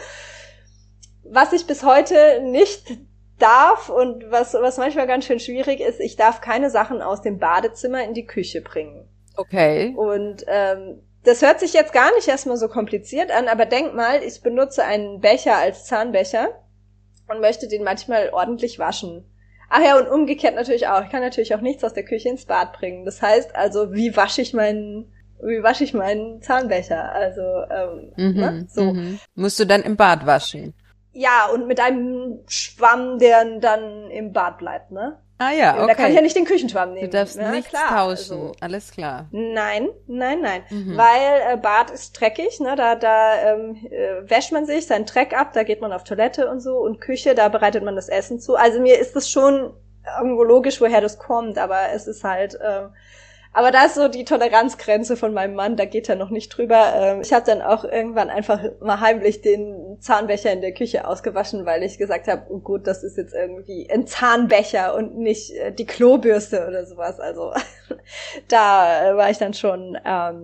was ich bis heute nicht darf und was manchmal ganz schön schwierig ist, ich darf keine Sachen aus dem Badezimmer in die Küche bringen. Okay. Und das hört sich jetzt gar nicht erstmal so kompliziert an, aber denk mal, ich benutze einen Becher als Zahnbecher und möchte den manchmal ordentlich waschen. Ach ja, und umgekehrt natürlich auch. Ich kann natürlich auch nichts aus der Küche ins Bad bringen. Das heißt also, wie wasche ich meinen Zahnbecher? Also, ne? So. Musst du dann im Bad waschen? Ja, und mit einem Schwamm, der dann im Bad bleibt, ne? Ah ja, Da kann ich ja okay. nicht den Küchenschwamm nehmen. Du darfst ja, nichts klar, tauschen. also, Alles klar. nein. Weil Bad ist dreckig, ne? Da wäscht man sich seinen Dreck ab, da geht man auf Toilette und so. Und Küche, da bereitet man das Essen zu. Also mir ist das schon irgendwo logisch, woher das kommt, aber es ist halt aber da ist so die Toleranzgrenze von meinem Mann, da geht er noch nicht drüber. Ich habe dann auch irgendwann einfach mal heimlich den Zahnbecher in der Küche ausgewaschen, weil ich gesagt habe, oh gut, das ist jetzt irgendwie ein Zahnbecher und nicht die Klobürste oder sowas. Also da war ich dann schon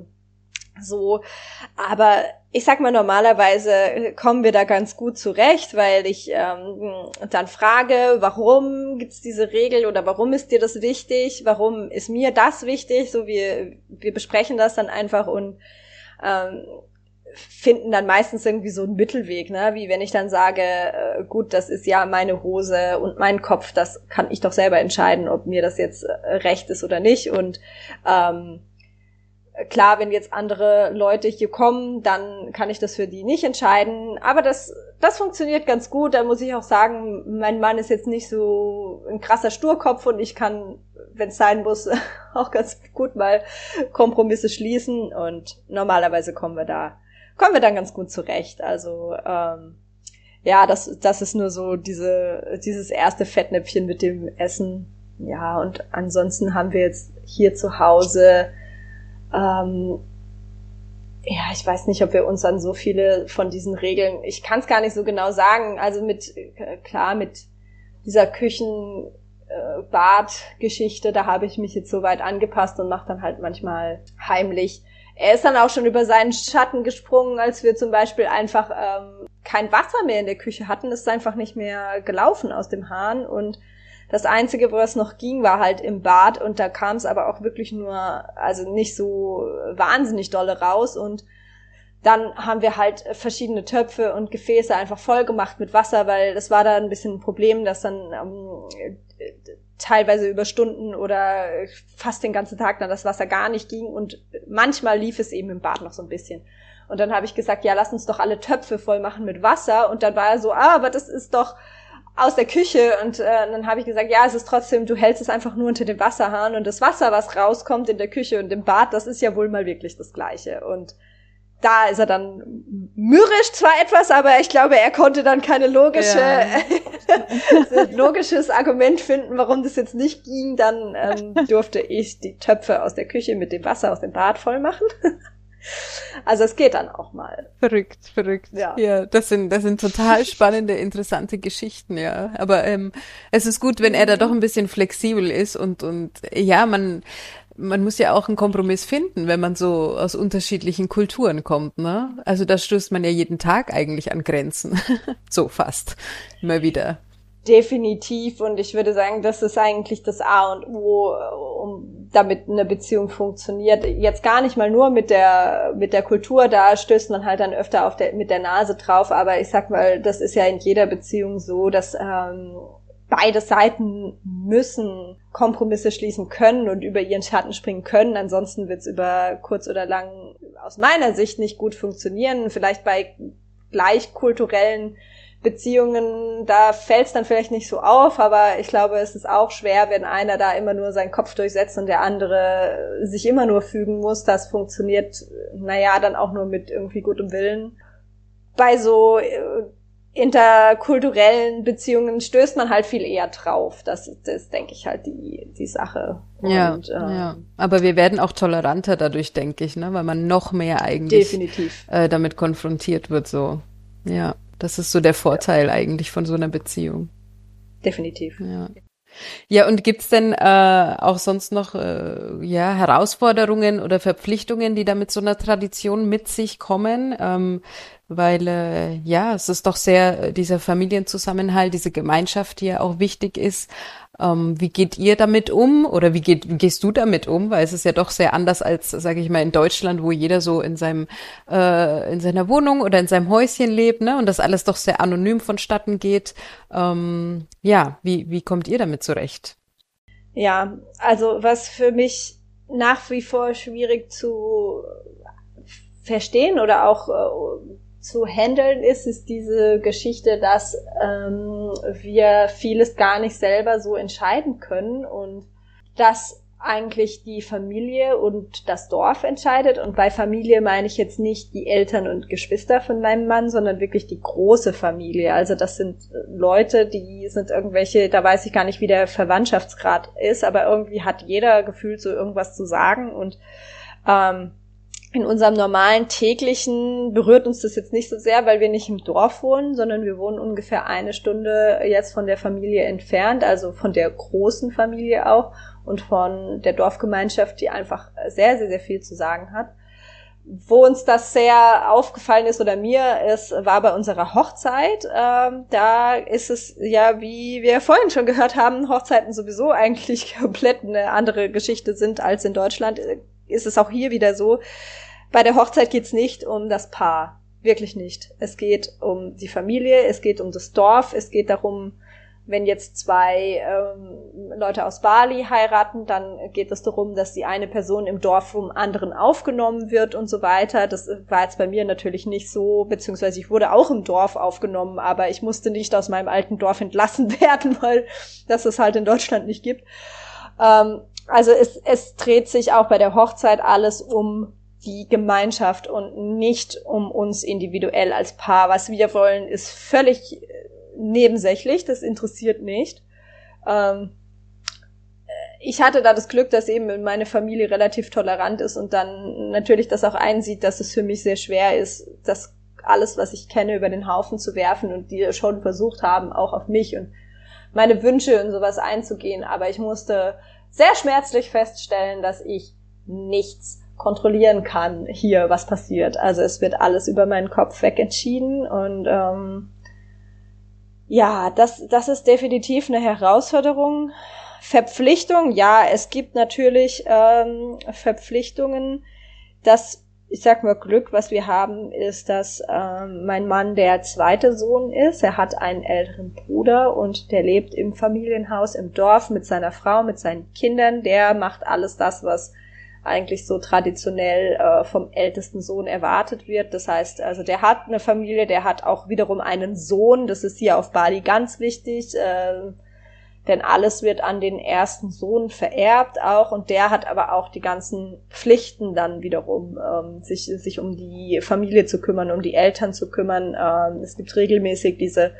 so. Aber ich sag mal, normalerweise kommen wir da ganz gut zurecht, weil ich dann frage, warum gibt's diese Regel oder warum ist dir das wichtig? Warum ist mir das wichtig? So, wir besprechen das dann einfach und finden dann meistens irgendwie so einen Mittelweg, ne? Wie wenn ich dann sage, gut, das ist ja meine Hose und mein Kopf, das kann ich doch selber entscheiden, ob mir das jetzt recht ist oder nicht. Und klar, wenn jetzt andere Leute hier kommen, dann kann ich das für die nicht entscheiden. Aber das funktioniert ganz gut. Da muss ich auch sagen, mein Mann ist jetzt nicht so ein krasser Sturkopf und ich kann, wenn es sein muss, auch ganz gut mal Kompromisse schließen. Und normalerweise kommen wir dann ganz gut zurecht. Also ja, das ist nur so dieses erste Fettnäpfchen mit dem Essen. Ja, und ansonsten haben wir jetzt hier zu Hause ja, ich weiß nicht, ob wir uns an so viele von diesen Regeln, ich kann es gar nicht so genau sagen, also mit dieser Bad-Geschichte, da habe ich mich jetzt so weit angepasst und mache dann halt manchmal heimlich. Er ist dann auch schon über seinen Schatten gesprungen, als wir zum Beispiel einfach kein Wasser mehr in der Küche hatten, ist einfach nicht mehr gelaufen aus dem Hahn und das Einzige, wo es noch ging, war halt im Bad und da kam es aber auch wirklich nur, also nicht so wahnsinnig dolle raus und dann haben wir halt verschiedene Töpfe und Gefäße einfach voll gemacht mit Wasser, weil das war da ein bisschen ein Problem, dass dann teilweise über Stunden oder fast den ganzen Tag dann das Wasser gar nicht ging und manchmal lief es eben im Bad noch so ein bisschen. Und dann habe ich gesagt, ja, lass uns doch alle Töpfe voll machen mit Wasser. Und dann war er so, aber das ist doch aus der Küche. Und dann habe ich gesagt, ja, es ist trotzdem, du hältst es einfach nur unter dem Wasserhahn und das Wasser, was rauskommt in der Küche und im Bad, das ist ja wohl mal wirklich das Gleiche. Und da ist er dann mürrisch zwar etwas, aber ich glaube, er konnte dann keine logisches Argument finden, warum das jetzt nicht ging. Dann durfte ich die Töpfe aus der Küche mit dem Wasser aus dem Bad voll machen. Also es geht dann auch mal. Verrückt. Ja, das sind total spannende, interessante Geschichten, ja. Aber es ist gut, wenn er da doch ein bisschen flexibel ist und ja, man muss ja auch einen Kompromiss finden, wenn man so aus unterschiedlichen Kulturen kommt, ne? Also da stößt man ja jeden Tag eigentlich an Grenzen. So fast. Immer wieder. Definitiv. Und ich würde sagen, das ist eigentlich das A und O, damit eine Beziehung funktioniert. Jetzt gar nicht mal nur mit der Kultur, da stößt man halt dann öfter mit der Nase drauf. Aber ich sag mal, das ist ja in jeder Beziehung so, dass beide Seiten müssen Kompromisse schließen können und über ihren Schatten springen können. Ansonsten wird es über kurz oder lang aus meiner Sicht nicht gut funktionieren. Vielleicht bei gleichkulturellen Beziehungen, da fällt es dann vielleicht nicht so auf, aber ich glaube, es ist auch schwer, wenn einer da immer nur seinen Kopf durchsetzt und der andere sich immer nur fügen muss. Das funktioniert, dann auch nur mit irgendwie gutem Willen. Bei so interkulturellen Beziehungen stößt man halt viel eher drauf. Das ist, denke ich, halt die Sache. Ja, ja. Aber wir werden auch toleranter dadurch, denke ich, ne, weil man noch mehr eigentlich definitiv damit konfrontiert wird, so. Ja. Das ist so der Vorteil eigentlich von so einer Beziehung. Definitiv. Ja, und gibt's denn auch sonst noch Herausforderungen oder Verpflichtungen, die da mit so einer Tradition mit sich kommen? Weil es ist doch sehr dieser Familienzusammenhalt, diese Gemeinschaft, die ja auch wichtig ist. Wie geht ihr damit um oder wie gehst du damit um? Weil es ist ja doch sehr anders als, sage ich mal, in Deutschland, wo jeder so in seiner Wohnung oder in seinem Häuschen lebt, ne? Und das alles doch sehr anonym vonstatten geht. Wie kommt ihr damit zurecht? Ja, also was für mich nach wie vor schwierig zu verstehen oder auch zu handeln ist diese Geschichte, dass wir vieles gar nicht selber so entscheiden können und dass eigentlich die Familie und das Dorf entscheidet. Und bei Familie meine ich jetzt nicht die Eltern und Geschwister von meinem Mann, sondern wirklich die große Familie. Also das sind Leute, die sind irgendwelche, da weiß ich gar nicht, wie der Verwandtschaftsgrad ist, aber irgendwie hat jeder gefühlt so irgendwas zu sagen und in unserem normalen täglichen berührt uns das jetzt nicht so sehr, weil wir nicht im Dorf wohnen, sondern wir wohnen ungefähr 1 Stunde jetzt von der Familie entfernt, also von der großen Familie auch und von der Dorfgemeinschaft, die einfach sehr, sehr, sehr viel zu sagen hat. Wo uns das sehr aufgefallen ist oder mir, war bei unserer Hochzeit. Da ist es ja, wie wir vorhin schon gehört haben, Hochzeiten sowieso eigentlich komplett eine andere Geschichte sind als in Deutschland. Ist es auch hier wieder so. Bei der Hochzeit geht's nicht um das Paar. Wirklich nicht. Es geht um die Familie, es geht um das Dorf, es geht darum, wenn jetzt 2 Leute aus Bali heiraten, dann geht es darum, dass die eine Person im Dorf vom anderen aufgenommen wird und so weiter. Das war jetzt bei mir natürlich nicht so, beziehungsweise ich wurde auch im Dorf aufgenommen, aber ich musste nicht aus meinem alten Dorf entlassen werden, weil das es halt in Deutschland nicht gibt. Also es dreht sich auch bei der Hochzeit alles um die Gemeinschaft und nicht um uns individuell als Paar. Was wir wollen, ist völlig nebensächlich, das interessiert nicht. Ich hatte da das Glück, dass eben meine Familie relativ tolerant ist und dann natürlich das auch einsieht, dass es für mich sehr schwer ist, das alles, was ich kenne, über den Haufen zu werfen und die schon versucht haben, auch auf mich und meine Wünsche und sowas einzugehen. Aber ich musste sehr schmerzlich feststellen, dass ich nichts kontrollieren kann hier, was passiert. Also es wird alles über meinen Kopf weg entschieden und das ist definitiv eine Herausforderung. Verpflichtung, ja, es gibt natürlich Verpflichtungen, dass ich sag mal, Glück, was wir haben, ist, dass mein Mann der zweite Sohn ist. Er hat einen älteren Bruder und der lebt im Familienhaus im Dorf mit seiner Frau, mit seinen Kindern. Der macht alles das, was eigentlich so traditionell vom ältesten Sohn erwartet wird. Das heißt, also der hat eine Familie, der hat auch wiederum einen Sohn. Das ist hier auf Bali ganz wichtig, denn alles wird an den ersten Sohn vererbt auch, und der hat aber auch die ganzen Pflichten dann wiederum, sich um die Familie zu kümmern, um die Eltern zu kümmern. Es gibt regelmäßig diese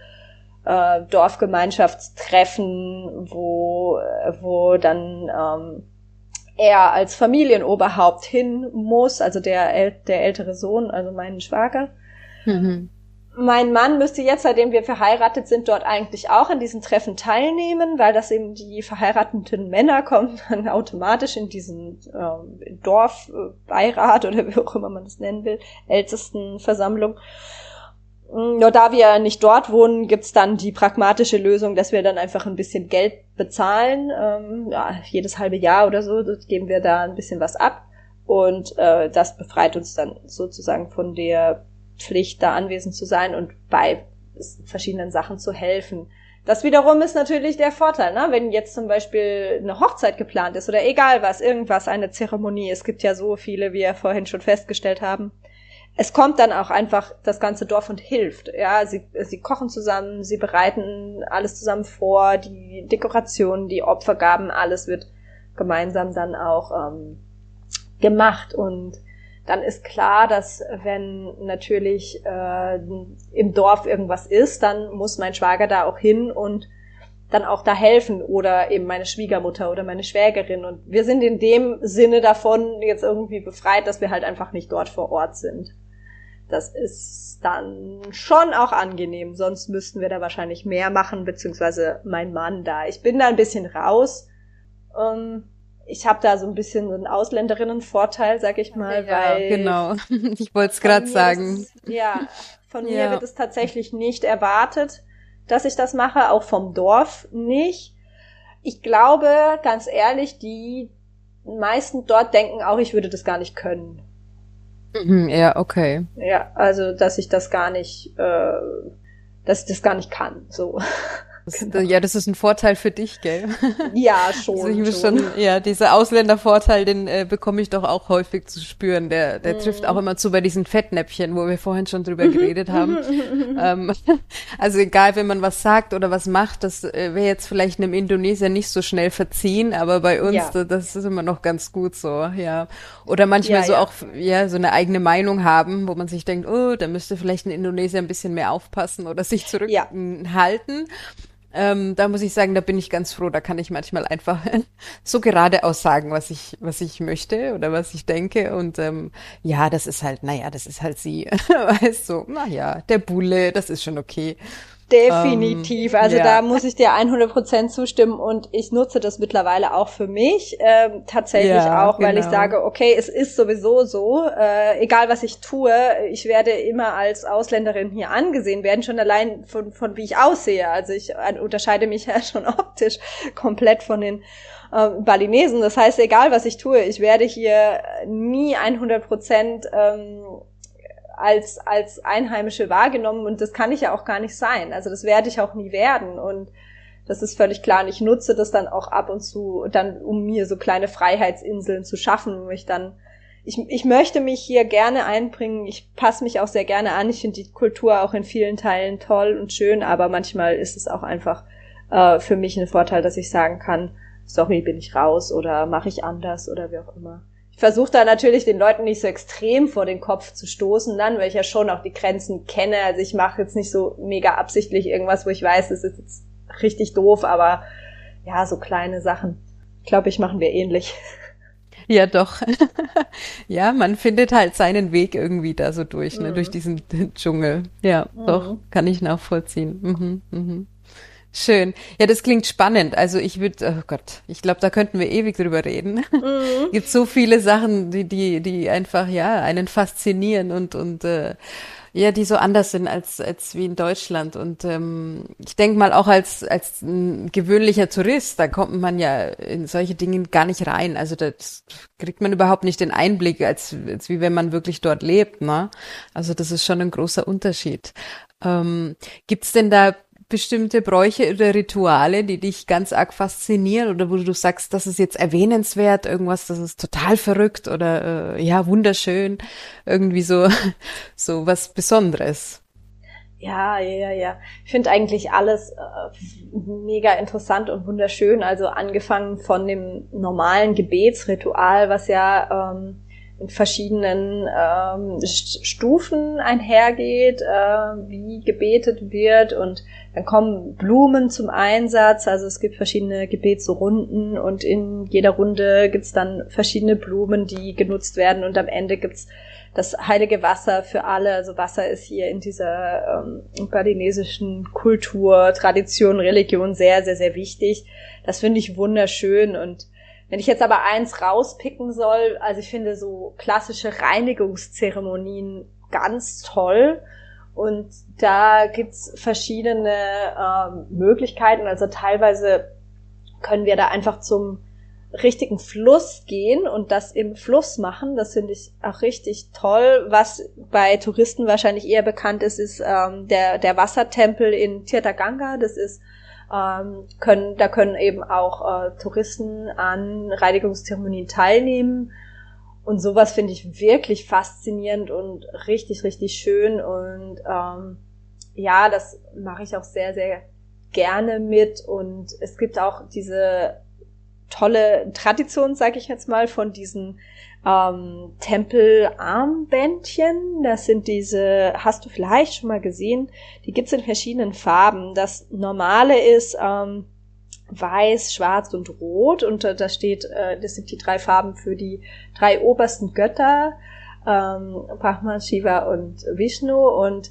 Dorfgemeinschaftstreffen, wo dann er als Familienoberhaupt hin muss, also der ältere Sohn, also mein Schwager. Mhm. Mein Mann müsste jetzt, seitdem wir verheiratet sind, dort eigentlich auch an diesen Treffen teilnehmen, weil das eben die verheirateten Männer kommen dann automatisch in diesen Dorfbeirat oder wie auch immer man das nennen will, Ältestenversammlung. Nur da wir nicht dort wohnen, gibt's dann die pragmatische Lösung, dass wir dann einfach ein bisschen Geld bezahlen. Jedes halbe Jahr oder so geben wir da ein bisschen was ab. Und das befreit uns dann sozusagen von der Pflicht, da anwesend zu sein und bei verschiedenen Sachen zu helfen. Das wiederum ist natürlich der Vorteil, ne? Wenn jetzt zum Beispiel eine Hochzeit geplant ist oder egal was, irgendwas, eine Zeremonie. Es gibt ja so viele, wie wir vorhin schon festgestellt haben. Es kommt dann auch einfach das ganze Dorf und hilft. Ja, sie kochen zusammen, sie bereiten alles zusammen vor, die Dekorationen, die Opfergaben, alles wird gemeinsam dann auch gemacht. Und dann ist klar, dass wenn natürlich im Dorf irgendwas ist, dann muss mein Schwager da auch hin und dann auch da helfen oder eben meine Schwiegermutter oder meine Schwägerin. Und wir sind in dem Sinne davon jetzt irgendwie befreit, dass wir halt einfach nicht dort vor Ort sind. Das ist dann schon auch angenehm, sonst müssten wir da wahrscheinlich mehr machen, beziehungsweise mein Mann da. Ich bin da ein bisschen raus. Ich habe da so ein bisschen so einen Ausländerinnenvorteil, sag ich mal, ja, weil... Genau, ich wollte es gerade sagen. Von mir wird es tatsächlich nicht erwartet, dass ich das mache, auch vom Dorf nicht. Ich glaube, ganz ehrlich, die meisten dort denken auch, ich würde das gar nicht können. Ja, okay. Ja, also, dass ich das gar nicht kann, so. Genau. Ja, das ist ein Vorteil für dich, gell? Ja, schon. Also ich muss schon, ja, dieser Ausländervorteil, den bekomme ich doch auch häufig zu spüren. Der trifft auch immer zu bei diesen Fettnäpfchen, wo wir vorhin schon drüber geredet haben. Also egal, wenn man was sagt oder was macht, das wäre jetzt vielleicht einem Indonesier nicht so schnell verziehen, aber bei uns, das ist immer noch ganz gut so, ja. Oder manchmal auch, so eine eigene Meinung haben, wo man sich denkt, oh, da müsste vielleicht ein Indonesier ein bisschen mehr aufpassen oder sich zurückhalten. Da muss ich sagen, da bin ich ganz froh. Da kann ich manchmal einfach so geradeaus sagen, was ich möchte oder was ich denke. Und das ist halt, das ist halt sie. Weißt du, der Bulle, das ist schon okay. Definitiv. Also da muss ich dir 100% zustimmen und ich nutze das mittlerweile auch für mich. Tatsächlich auch, weil ich sage, okay, es ist sowieso so, egal was ich tue, ich werde immer als Ausländerin hier angesehen werden, schon allein von wie ich aussehe. Also ich unterscheide mich ja schon optisch komplett von den Balinesen. Das heißt, egal was ich tue, ich werde hier nie 100% als Einheimische wahrgenommen, und das kann ich ja auch gar nicht sein. Also das werde ich auch nie werden, und das ist völlig klar. Und ich nutze das dann auch ab und zu, dann um mir so kleine Freiheitsinseln zu schaffen, wo ich dann, ich möchte mich hier gerne einbringen, ich passe mich auch sehr gerne an, ich finde die Kultur auch in vielen Teilen toll und schön, aber manchmal ist es auch einfach für mich ein Vorteil, dass ich sagen kann, sorry, bin ich raus oder mache ich anders oder wie auch immer. Ich versuche da natürlich den Leuten nicht so extrem vor den Kopf zu stoßen dann, weil ich ja schon auch die Grenzen kenne. Also ich mache jetzt nicht so mega absichtlich irgendwas, wo ich weiß, das ist jetzt richtig doof, aber ja, so kleine Sachen. Ich glaube, machen wir ähnlich. Ja, doch. Ja, man findet halt seinen Weg irgendwie da so durch, ne, durch diesen Dschungel. Ja, doch, kann ich nachvollziehen. Schön. Ja, das klingt spannend. Also ich glaube, da könnten wir ewig drüber reden. Gibt so viele Sachen, die einfach, einen faszinieren und Ja, die so anders sind als wie in Deutschland. Und ich denke mal auch als ein gewöhnlicher Tourist, da kommt man ja in solche Dinge gar nicht rein. Also da kriegt man überhaupt nicht den Einblick, als wie wenn man wirklich dort lebt, ne? Also das ist schon ein großer Unterschied. Gibt's denn da bestimmte Bräuche oder Rituale, die dich ganz arg faszinieren oder wo du sagst, das ist jetzt erwähnenswert, irgendwas, das ist total verrückt oder ja, wunderschön, irgendwie so, so was Besonderes? Ja, ja, ja. Ich finde eigentlich alles mega interessant und wunderschön. Also angefangen von dem normalen Gebetsritual, was ja in verschiedenen Stufen einhergeht, wie gebetet wird, und dann kommen Blumen zum Einsatz. Also es gibt verschiedene Gebetsrunden und in jeder Runde gibt's dann verschiedene Blumen, die genutzt werden, und am Ende gibt's das heilige Wasser für alle. Also Wasser ist hier in dieser balinesischen Kultur, Tradition, Religion sehr, sehr, sehr wichtig. Das finde ich wunderschön. Und wenn ich jetzt aber eins rauspicken soll, also ich finde so klassische Reinigungszeremonien ganz toll. Und da gibt's verschiedene Möglichkeiten. Also teilweise können wir da einfach zum richtigen Fluss gehen und das im Fluss machen. Das finde ich auch richtig toll. Was bei Touristen wahrscheinlich eher bekannt ist, ist der Wassertempel in Tirtaganga. Das ist da können eben auch Touristen an Reinigungszeremonien teilnehmen. Und sowas finde ich wirklich faszinierend und richtig, richtig schön. Und ja, das mache ich auch sehr, sehr gerne mit. Und es gibt auch diese tolle Tradition, sage ich jetzt mal, von diesen Tempelarmbändchen. Das sind diese, hast du vielleicht schon mal gesehen, die gibt's in verschiedenen Farben. Das normale ist weiß, schwarz und rot, und da steht, das sind die 3 Farben für die 3 obersten Götter, Brahma, Shiva und Vishnu, und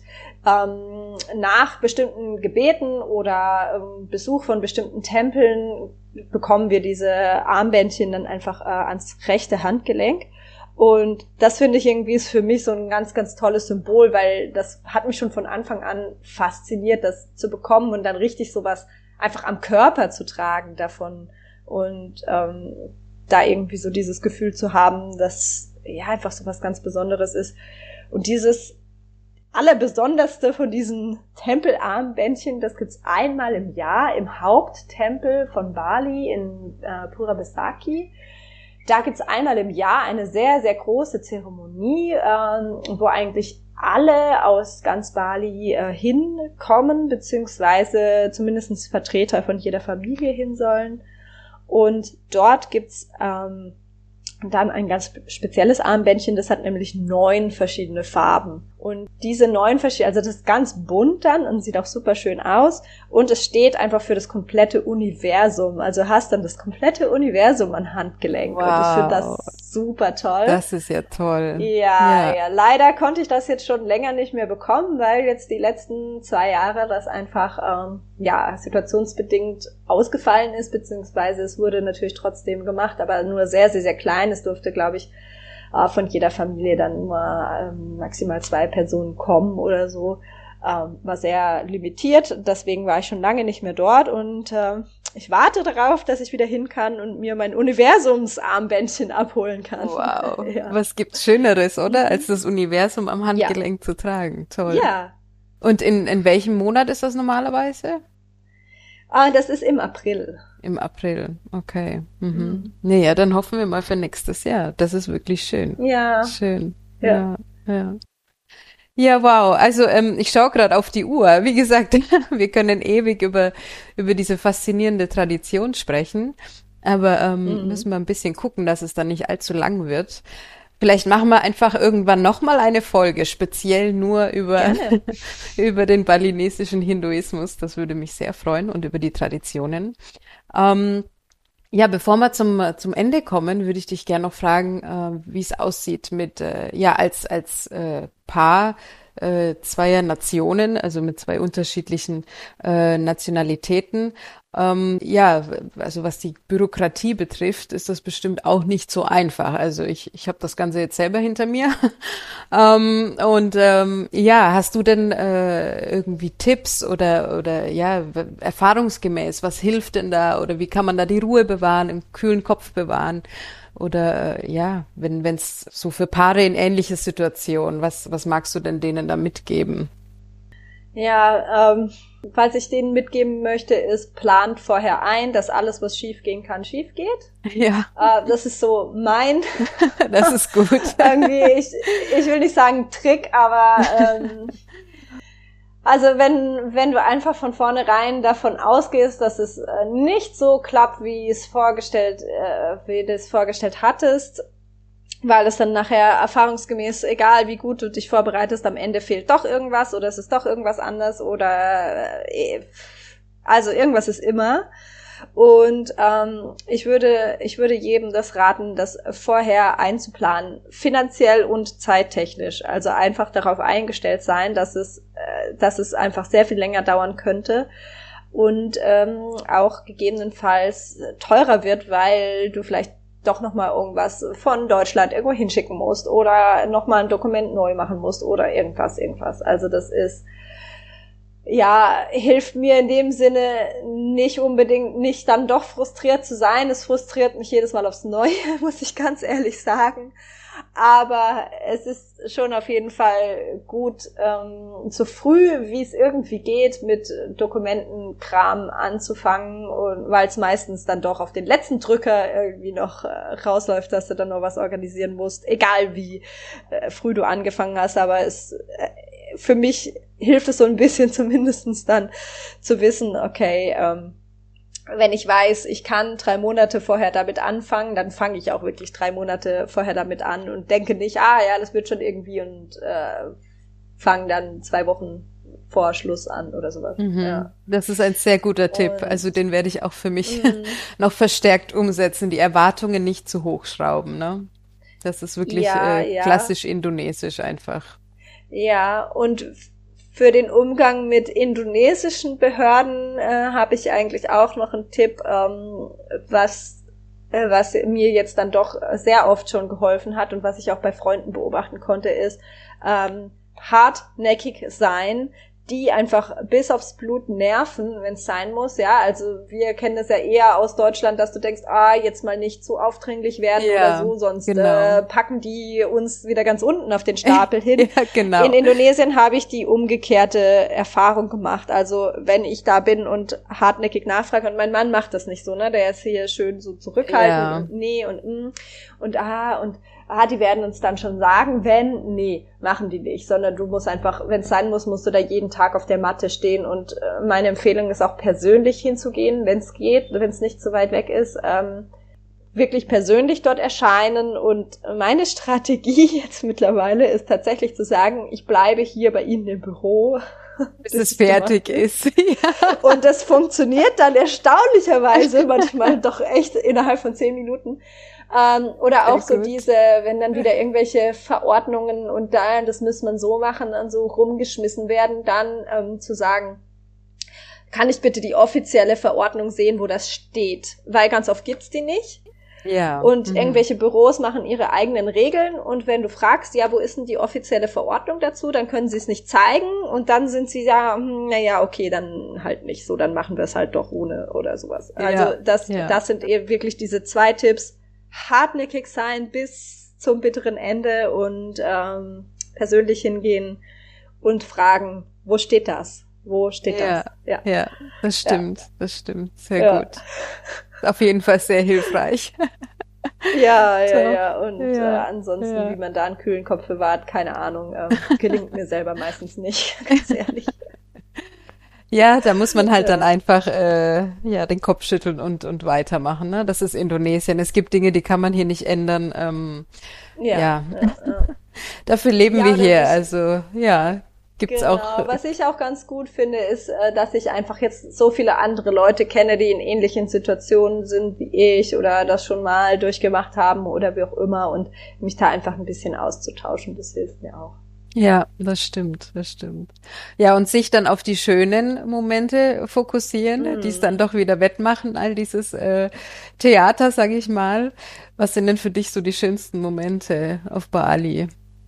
nach bestimmten Gebeten oder Besuch von bestimmten Tempeln bekommen wir diese Armbändchen dann einfach ans rechte Handgelenk. Und das finde ich irgendwie ist für mich so ein ganz, ganz tolles Symbol, weil das hat mich schon von Anfang an fasziniert, das zu bekommen und dann richtig sowas einfach am Körper zu tragen davon, und da irgendwie so dieses Gefühl zu haben, dass ja einfach so was ganz Besonderes ist. Und dieses Allerbesonderste von diesen Tempelarmbändchen, das gibt's einmal im Jahr im Haupttempel von Bali in Pura Besaki. Da gibt's einmal im Jahr eine sehr, sehr große Zeremonie, wo eigentlich alle aus ganz Bali hinkommen, beziehungsweise zumindest Vertreter von jeder Familie hin sollen. Und dort gibt's dann ein ganz spezielles Armbändchen, das hat nämlich 9 verschiedene Farben. Und diese 9 verschiedene, also das ist ganz bunt dann und sieht auch super schön aus. Und es steht einfach für das komplette Universum. Also hast dann das komplette Universum an Handgelenk. Wow. Und ich finde das super toll. Das ist ja toll. Ja. Leider konnte ich das jetzt schon länger nicht mehr bekommen, weil jetzt die letzten 2 Jahre das einfach, situationsbedingt ausgefallen ist, beziehungsweise es wurde natürlich trotzdem gemacht, aber nur sehr, sehr, sehr klein. Es durfte, glaube ich, von jeder Familie dann nur maximal 2 Personen kommen oder so. War sehr limitiert, deswegen war ich schon lange nicht mehr dort, und ich warte darauf, dass ich wieder hin kann und mir mein Universumsarmbändchen abholen kann. Wow, ja. Was gibt's Schöneres, oder? Als das Universum am Handgelenk zu tragen. Toll. Ja. Und in welchem Monat ist das normalerweise? Das ist im April. Im April, okay. Mhm. Naja, dann hoffen wir mal für nächstes Jahr. Das ist wirklich schön. Ja. Schön. Ja. Ja, wow. Also ich schaue gerade auf die Uhr. Wie gesagt, wir können ewig über diese faszinierende Tradition sprechen, aber müssen wir ein bisschen gucken, dass es dann nicht allzu lang wird. Vielleicht machen wir einfach irgendwann nochmal eine Folge, speziell nur über den balinesischen Hinduismus. Das würde mich sehr freuen, und über die Traditionen. Ja, bevor wir zum Ende kommen, würde ich dich gerne noch fragen, wie es aussieht mit, als Paar zweier Nationen, also mit 2 unterschiedlichen Nationalitäten. Ja, also was die Bürokratie betrifft, ist das bestimmt auch nicht so einfach. Also ich habe das Ganze jetzt selber hinter mir. Ja, hast du denn irgendwie Tipps oder ja, erfahrungsgemäß, was hilft denn da oder wie kann man da die Ruhe bewahren, im kühlen Kopf bewahren? Oder ja, wenn es so für Paare in ähnliche Situationen, was magst du denn denen da mitgeben? Ja, was ich denen mitgeben möchte, ist, plant vorher ein, dass alles, was schief gehen kann, schief geht. Ja, Das ist so mein, das ist gut. irgendwie, ich will nicht sagen Trick, aber also wenn du einfach von vornherein davon ausgehst, dass es nicht so klappt, wie du es vorgestellt hattest, weil es dann nachher erfahrungsgemäß, egal wie gut du dich vorbereitest, am Ende fehlt doch irgendwas oder es ist doch irgendwas anders oder also irgendwas ist immer. Und ich würde jedem das raten, das vorher einzuplanen, finanziell und zeittechnisch. Also einfach darauf eingestellt sein, dass es einfach sehr viel länger dauern könnte und auch gegebenenfalls teurer wird, weil du vielleicht doch nochmal irgendwas von Deutschland irgendwo hinschicken musst oder nochmal ein Dokument neu machen musst oder irgendwas. Also das ist, ja, hilft mir in dem Sinne nicht unbedingt, nicht dann doch frustriert zu sein. Es frustriert mich jedes Mal aufs Neue, muss ich ganz ehrlich sagen. Aber es ist schon auf jeden Fall gut, so früh, wie es irgendwie geht, mit Dokumentenkram anzufangen, und weil es meistens dann doch auf den letzten Drücker irgendwie noch rausläuft, dass du dann noch was organisieren musst, egal wie früh du angefangen hast. Aber für mich hilft es so ein bisschen zumindestens dann zu wissen, okay, wenn ich weiß, ich kann 3 Monate vorher damit anfangen, dann fange ich auch wirklich 3 Monate vorher damit an und denke nicht, ja, das wird schon irgendwie und fange dann 2 Wochen vor Schluss an oder sowas. Mhm. Ja. Das ist ein sehr guter Tipp. Also den werde ich auch für mich noch verstärkt umsetzen, die Erwartungen nicht zu hochschrauben, ne? Das ist wirklich Ja. klassisch indonesisch einfach. Ja, und für den Umgang mit indonesischen Behörden habe ich eigentlich auch noch einen Tipp, was mir jetzt dann doch sehr oft schon geholfen hat und was ich auch bei Freunden beobachten konnte, ist hartnäckig sein, die einfach bis aufs Blut nerven, wenn es sein muss. Ja, also wir kennen das ja eher aus Deutschland, dass du denkst, jetzt mal nicht zu aufdringlich werden oder so, sonst genau. packen die uns wieder ganz unten auf den Stapel hin. Ja, genau. In Indonesien habe ich die umgekehrte Erfahrung gemacht. Also wenn ich da bin und hartnäckig nachfrage, und mein Mann macht das nicht so, ne? Der ist hier schön so zurückhaltend und nee und die werden uns dann schon sagen, machen die nicht, sondern du musst einfach, wenn es sein muss, musst du da jeden Tag auf der Matte stehen und meine Empfehlung ist auch persönlich hinzugehen, wenn es geht, wenn es nicht so weit weg ist, wirklich persönlich dort erscheinen und meine Strategie jetzt mittlerweile ist tatsächlich zu sagen, ich bleibe hier bei Ihnen im Büro, bis es fertig ist. Ja. Und das funktioniert dann erstaunlicherweise manchmal doch echt innerhalb von 10 Minuten. Oder auch so wenn dann wieder irgendwelche Verordnungen und das muss man so machen, dann so rumgeschmissen werden, dann zu sagen, kann ich bitte die offizielle Verordnung sehen, wo das steht? Weil ganz oft gibt's die nicht. Ja. Und irgendwelche Büros machen ihre eigenen Regeln und wenn du fragst, wo ist denn die offizielle Verordnung dazu, dann können sie es nicht zeigen und dann sind sie okay, dann halt nicht so, dann machen wir es halt doch ohne oder sowas. Also das sind eben wirklich diese 2 Tipps, hartnäckig sein bis zum bitteren Ende und persönlich hingehen und fragen, wo steht das? Wo steht das? Ja, das stimmt, das stimmt, sehr gut. Auf jeden Fall sehr hilfreich. Ja. Und ansonsten, wie man da einen kühlen Kopf bewahrt, keine Ahnung, gelingt mir selber meistens nicht, ganz ehrlich. Ja, da muss man halt dann einfach den Kopf schütteln und weitermachen. Ne? Das ist Indonesien. Es gibt Dinge, die kann man hier nicht ändern. Dafür leben wir hier. Also gibt's auch. Was ich auch ganz gut finde, ist, dass ich einfach jetzt so viele andere Leute kenne, die in ähnlichen Situationen sind wie ich oder das schon mal durchgemacht haben oder wie auch immer und mich da einfach ein bisschen auszutauschen. Das hilft mir auch. Ja, das stimmt, das stimmt. Ja, und sich dann auf die schönen Momente fokussieren, die es dann Hm. doch wieder wettmachen, all dieses Theater, sag ich mal. Was sind denn für dich so die schönsten Momente auf Bali?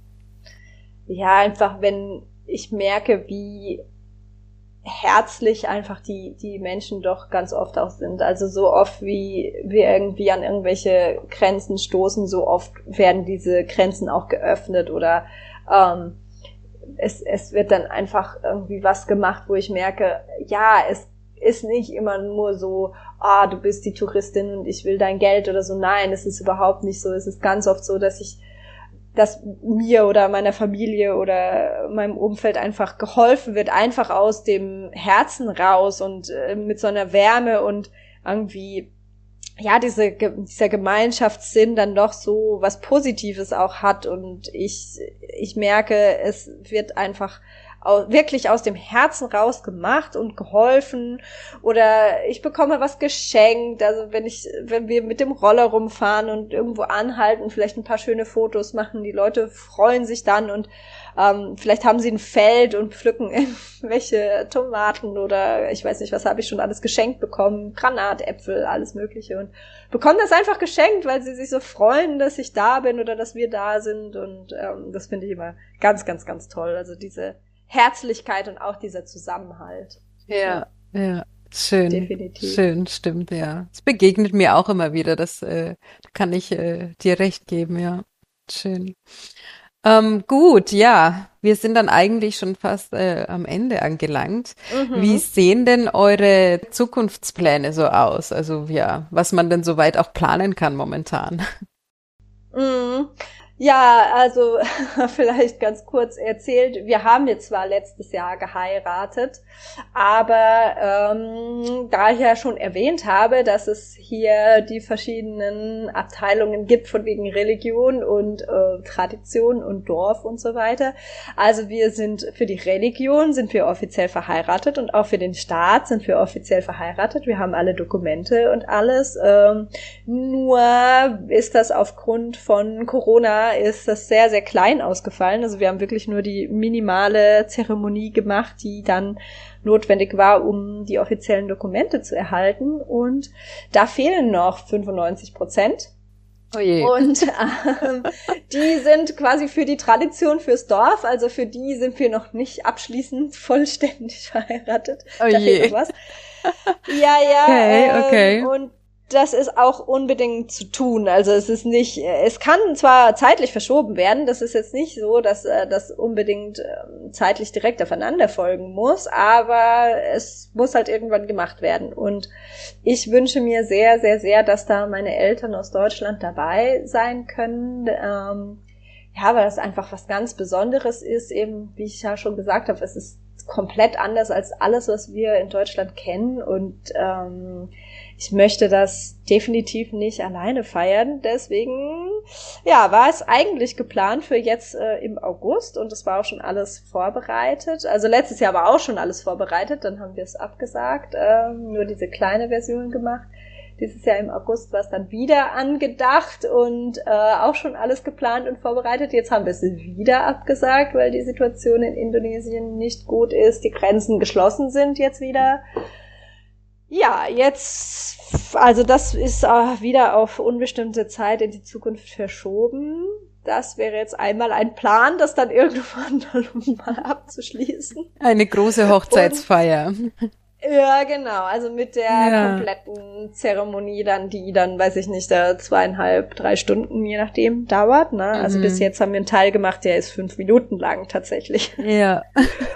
Ja, einfach wenn ich merke, wie herzlich einfach die Menschen doch ganz oft auch sind. Also so oft wie wir irgendwie an irgendwelche Grenzen stoßen, so oft werden diese Grenzen auch geöffnet oder ähm, es wird dann einfach irgendwie was gemacht, wo ich merke, ja, es ist nicht immer nur so, ah, du bist die Touristin und ich will dein Geld oder so. Nein, es ist überhaupt nicht so. Es ist ganz oft so, dass mir oder meiner Familie oder meinem Umfeld einfach geholfen wird, einfach aus dem Herzen raus und mit so einer Wärme und irgendwie, ja, dieser Gemeinschaftssinn dann doch so was Positives auch hat und ich merke, es wird einfach wirklich aus dem Herzen raus gemacht und geholfen oder ich bekomme was geschenkt, also wenn wir mit dem Roller rumfahren und irgendwo anhalten, vielleicht ein paar schöne Fotos machen, die Leute freuen sich dann und vielleicht haben sie ein Feld und pflücken irgendwelche Tomaten oder ich weiß nicht, was habe ich schon alles geschenkt bekommen, Granatäpfel, alles mögliche und bekommen das einfach geschenkt, weil sie sich so freuen, dass ich da bin oder dass wir da sind und das finde ich immer ganz, ganz, ganz toll. Also diese Herzlichkeit und auch dieser Zusammenhalt. Ja, Ja, ja, schön, definitiv. schön, stimmt, ja. Es begegnet mir auch immer wieder, das kann ich dir recht geben, ja. Schön. Gut, ja, wir sind dann eigentlich schon fast am Ende angelangt. Wie Mhm. sehen denn eure Zukunftspläne so aus? Also ja, was man denn soweit auch planen kann momentan. Mhm. Ja, also vielleicht ganz kurz erzählt, wir haben jetzt zwar letztes Jahr geheiratet, aber da ich ja schon erwähnt habe, dass es hier die verschiedenen Abteilungen gibt von wegen Religion und Tradition und Dorf und so weiter. Also wir sind für die Religion sind wir offiziell verheiratet und auch für den Staat sind wir offiziell verheiratet. Wir haben alle Dokumente und alles. Nur ist das aufgrund von Corona ist das sehr, sehr klein ausgefallen. Also wir haben wirklich nur die minimale Zeremonie gemacht, die dann notwendig war, um die offiziellen Dokumente zu erhalten. Und da fehlen noch 95%. Oh je, Und die sind quasi für die Tradition fürs Dorf, also für die sind wir noch nicht abschließend vollständig verheiratet. oh Da fehlt noch je. was. Ja, Okay, ja, okay. und das ist auch unbedingt zu tun. Also es ist nicht, es kann zwar zeitlich verschoben werden, das ist jetzt nicht so, dass das unbedingt zeitlich direkt aufeinander folgen muss, aber es muss halt irgendwann gemacht werden. Und ich wünsche mir sehr, sehr, sehr, dass da meine Eltern aus Deutschland dabei sein können. Ja, weil das einfach was ganz Besonderes ist, eben, wie ich ja schon gesagt habe, es ist komplett anders als alles, was wir in Deutschland kennen und ich möchte das definitiv nicht alleine feiern. Deswegen, ja, war es eigentlich geplant für jetzt im August und es war auch schon alles vorbereitet. Also letztes Jahr war auch schon alles vorbereitet, dann haben wir es abgesagt, nur diese kleine Version gemacht. Dieses Jahr im August war es dann wieder angedacht und auch schon alles geplant und vorbereitet. Jetzt haben wir es wieder abgesagt, weil die Situation in Indonesien nicht gut ist, die Grenzen geschlossen sind jetzt wieder. Ja, jetzt, also das ist wieder auf unbestimmte Zeit in die Zukunft verschoben. Das wäre jetzt einmal ein Plan, das dann irgendwann mal abzuschließen. Eine große Und Hochzeitsfeier. ja, genau, also mit der Ja. kompletten Zeremonie dann, die dann, weiß ich nicht, da 2,5, 3 Stunden, je nachdem, dauert, ne? Also bis Mhm. jetzt haben wir einen Teil gemacht, der ist 5 Minuten lang tatsächlich. Ja.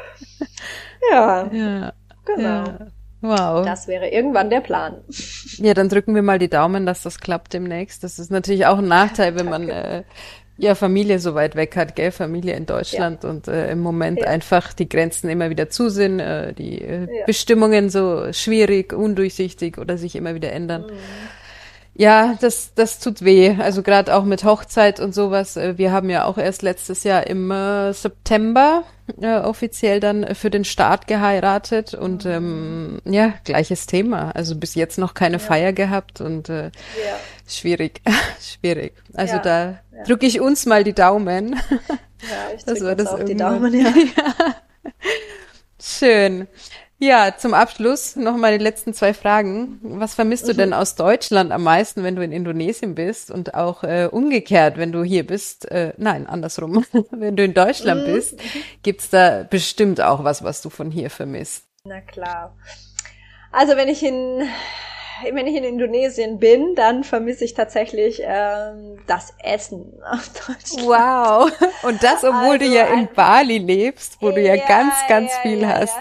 Ja, Ja. genau. Ja. Wow. Das wäre irgendwann der Plan. Ja, dann drücken wir mal die Daumen, dass das klappt demnächst. Das ist natürlich auch ein Nachteil, wenn man Danke. ja Familie so weit weg hat, gell? Familie in Ja, Deutschland und im Moment ja, einfach die Grenzen immer wieder zu sind, die ja. Bestimmungen so schwierig, undurchsichtig oder sich immer wieder ändern. Mhm. Ja, das tut weh. Also gerade auch mit Hochzeit und sowas. Wir haben ja auch erst letztes Jahr im September offiziell dann für den Staat geheiratet und Mhm. ja, gleiches Thema. Also bis jetzt noch keine Ja, Feier gehabt und ja, schwierig, schwierig. Also ja, da ja. drücke ich uns mal die Daumen, Ja, ich Das drücke war uns das auf die irgendwann. Daumen, ja. Ja. Schön. Ja, zum Abschluss noch mal die letzten zwei Fragen. Was vermisst du denn Mhm. aus Deutschland am meisten, wenn du in Indonesien bist? Und auch umgekehrt, wenn du hier bist, nein, andersrum, wenn du in Deutschland Mhm. bist, gibt's da bestimmt auch was, was du von hier vermisst. Na klar. Also wenn ich in Indonesien bin, dann vermisse ich tatsächlich das Essen aus Deutschland. Wow. Und das, obwohl du Also ja in Bali lebst, wo du ja ganz, ganz viel hast. ja.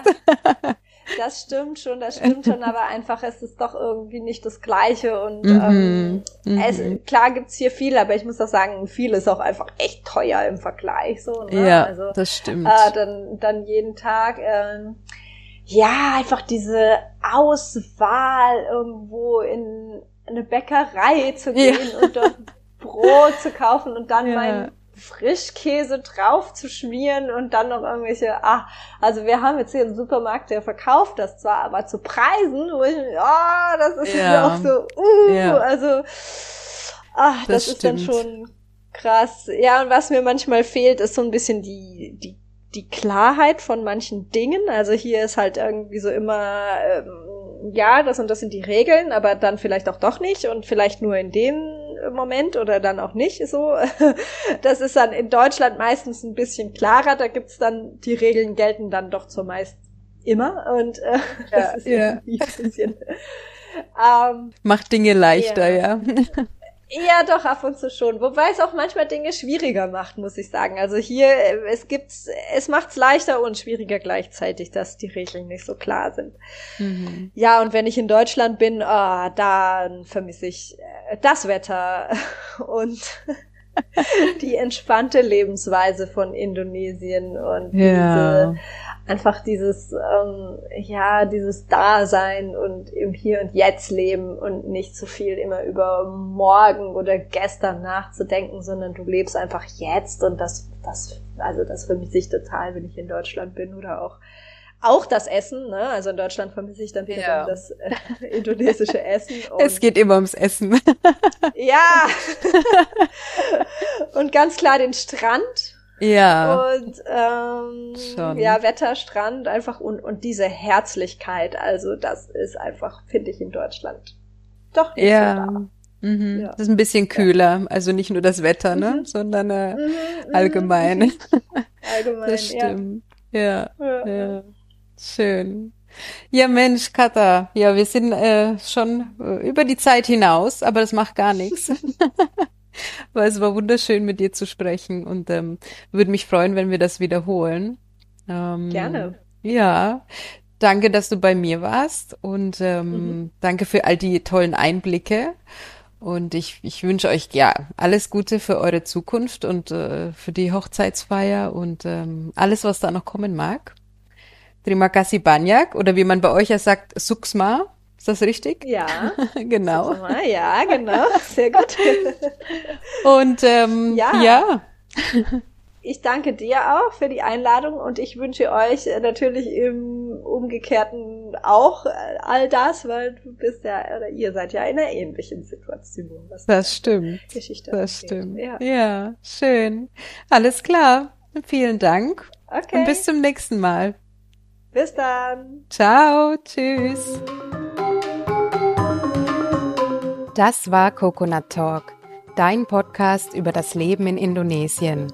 Das stimmt schon, aber einfach ist es doch irgendwie nicht das Gleiche und Mhm. Mhm. klar gibt's hier viel, aber ich muss auch sagen, viel ist auch einfach echt teuer im Vergleich, so, ne? Ja, Also das stimmt. dann jeden Tag ja, einfach diese Auswahl, irgendwo in eine Bäckerei zu Ja. gehen und dort Brot zu kaufen und dann Ja. meinen Frischkäse drauf zu schmieren und dann noch irgendwelche, also wir haben jetzt hier einen Supermarkt, der verkauft das zwar, aber zu Preisen, wo ich, das ist mir auch Ja. so, Ja. also, das ist dann stimmt. schon krass. Ja, und was mir manchmal fehlt, ist so ein bisschen die Klarheit von manchen Dingen. Also hier ist halt irgendwie so immer, ja, das und das sind die Regeln, aber dann vielleicht auch doch nicht und vielleicht nur in dem Moment oder dann auch nicht so. Das ist dann in Deutschland meistens ein bisschen klarer. Da gibt's dann, die Regeln gelten dann doch zumeist immer und das ist Ja. irgendwie ein bisschen Macht Dinge leichter, ja. ja. Ja, doch, ab und zu schon. Wobei es auch manchmal Dinge schwieriger macht, muss ich sagen. Also hier, es macht's leichter und schwieriger gleichzeitig, dass die Regeln nicht so klar sind. Mhm. Ja, und wenn ich in Deutschland bin, dann vermisse ich das Wetter und die entspannte Lebensweise von Indonesien und Ja. einfach dieses Dasein und im Hier und Jetzt leben und nicht so viel immer über morgen oder gestern nachzudenken, sondern du lebst einfach jetzt und das vermisse ich total, wenn ich in Deutschland bin oder auch das Essen, ne? Also in Deutschland vermisse ich dann wiederum Ja. das indonesische Essen. Es geht immer ums Essen. Ja. Und ganz klar den Strand. Ja. Und Schon. ja, Wetter, Strand, einfach und diese Herzlichkeit, also das ist einfach, finde ich, in Deutschland doch nicht so Ja. da. Mhm. Ja. Das ist ein bisschen kühler. Also nicht nur das Wetter, ne? Mhm. Sondern Mhm, allgemein. mhm. Allgemein, Das ja. stimmt. Ja. Ja. Ja. Schön. Ja, Mensch, Katha. Ja, wir sind schon über die Zeit hinaus, aber das macht gar nichts. Weil es war wunderschön, mit dir zu sprechen und würde mich freuen, wenn wir das wiederholen. Gerne. Ja, danke, dass du bei mir warst und Mhm. danke für all die tollen Einblicke. Und ich wünsche euch ja alles Gute für eure Zukunft und für die Hochzeitsfeier und alles, was da noch kommen mag. Terima kasih banyak oder wie man bei euch ja sagt, Suksma. Ist das richtig? Ja, Genau. sag's mal. Ja, genau, sehr gut. Und Ja. ja, Ich danke dir auch für die Einladung und ich wünsche euch natürlich im Umgekehrten auch all das, weil du bist ja, oder ihr seid ja in einer ähnlichen Situation, was das stimmt. Geschichte Das angeht. stimmt. Ja. Ja, schön. Alles klar. Vielen Dank und Okay, bis zum nächsten Mal. bis dann. Ciao, tschüss. Das war Coconut Talk, dein Podcast über das Leben in Indonesien.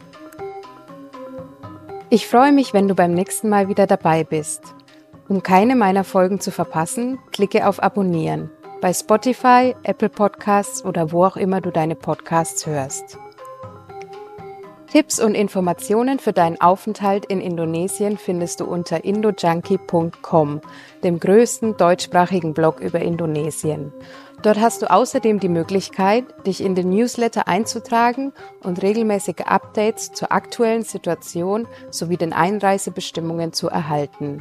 Ich freue mich, wenn du beim nächsten Mal wieder dabei bist. Um keine meiner Folgen zu verpassen, klicke auf Abonnieren bei Spotify, Apple Podcasts oder wo auch immer du deine Podcasts hörst. Tipps und Informationen für deinen Aufenthalt in Indonesien findest du unter indojunkie.com, dem größten deutschsprachigen Blog über Indonesien. Dort hast du außerdem die Möglichkeit, dich in den Newsletter einzutragen und regelmäßige Updates zur aktuellen Situation sowie den Einreisebestimmungen zu erhalten.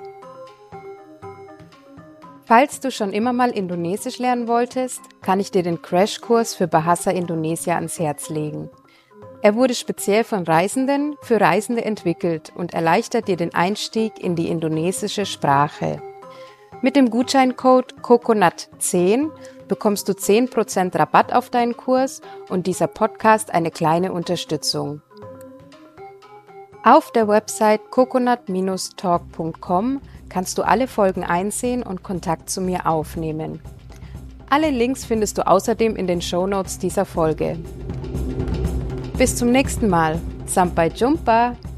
Falls du schon immer mal Indonesisch lernen wolltest, kann ich dir den Crashkurs für Bahasa Indonesia ans Herz legen. Er wurde speziell von Reisenden für Reisende entwickelt und erleichtert dir den Einstieg in die indonesische Sprache. Mit dem Gutscheincode COCONUT10 bekommst du 10% Rabatt auf deinen Kurs und dieser Podcast eine kleine Unterstützung. Auf der Website coconut-talk.com kannst du alle Folgen einsehen und Kontakt zu mir aufnehmen. Alle Links findest du außerdem in den Shownotes dieser Folge. Bis zum nächsten Mal. Sampai Jumpa!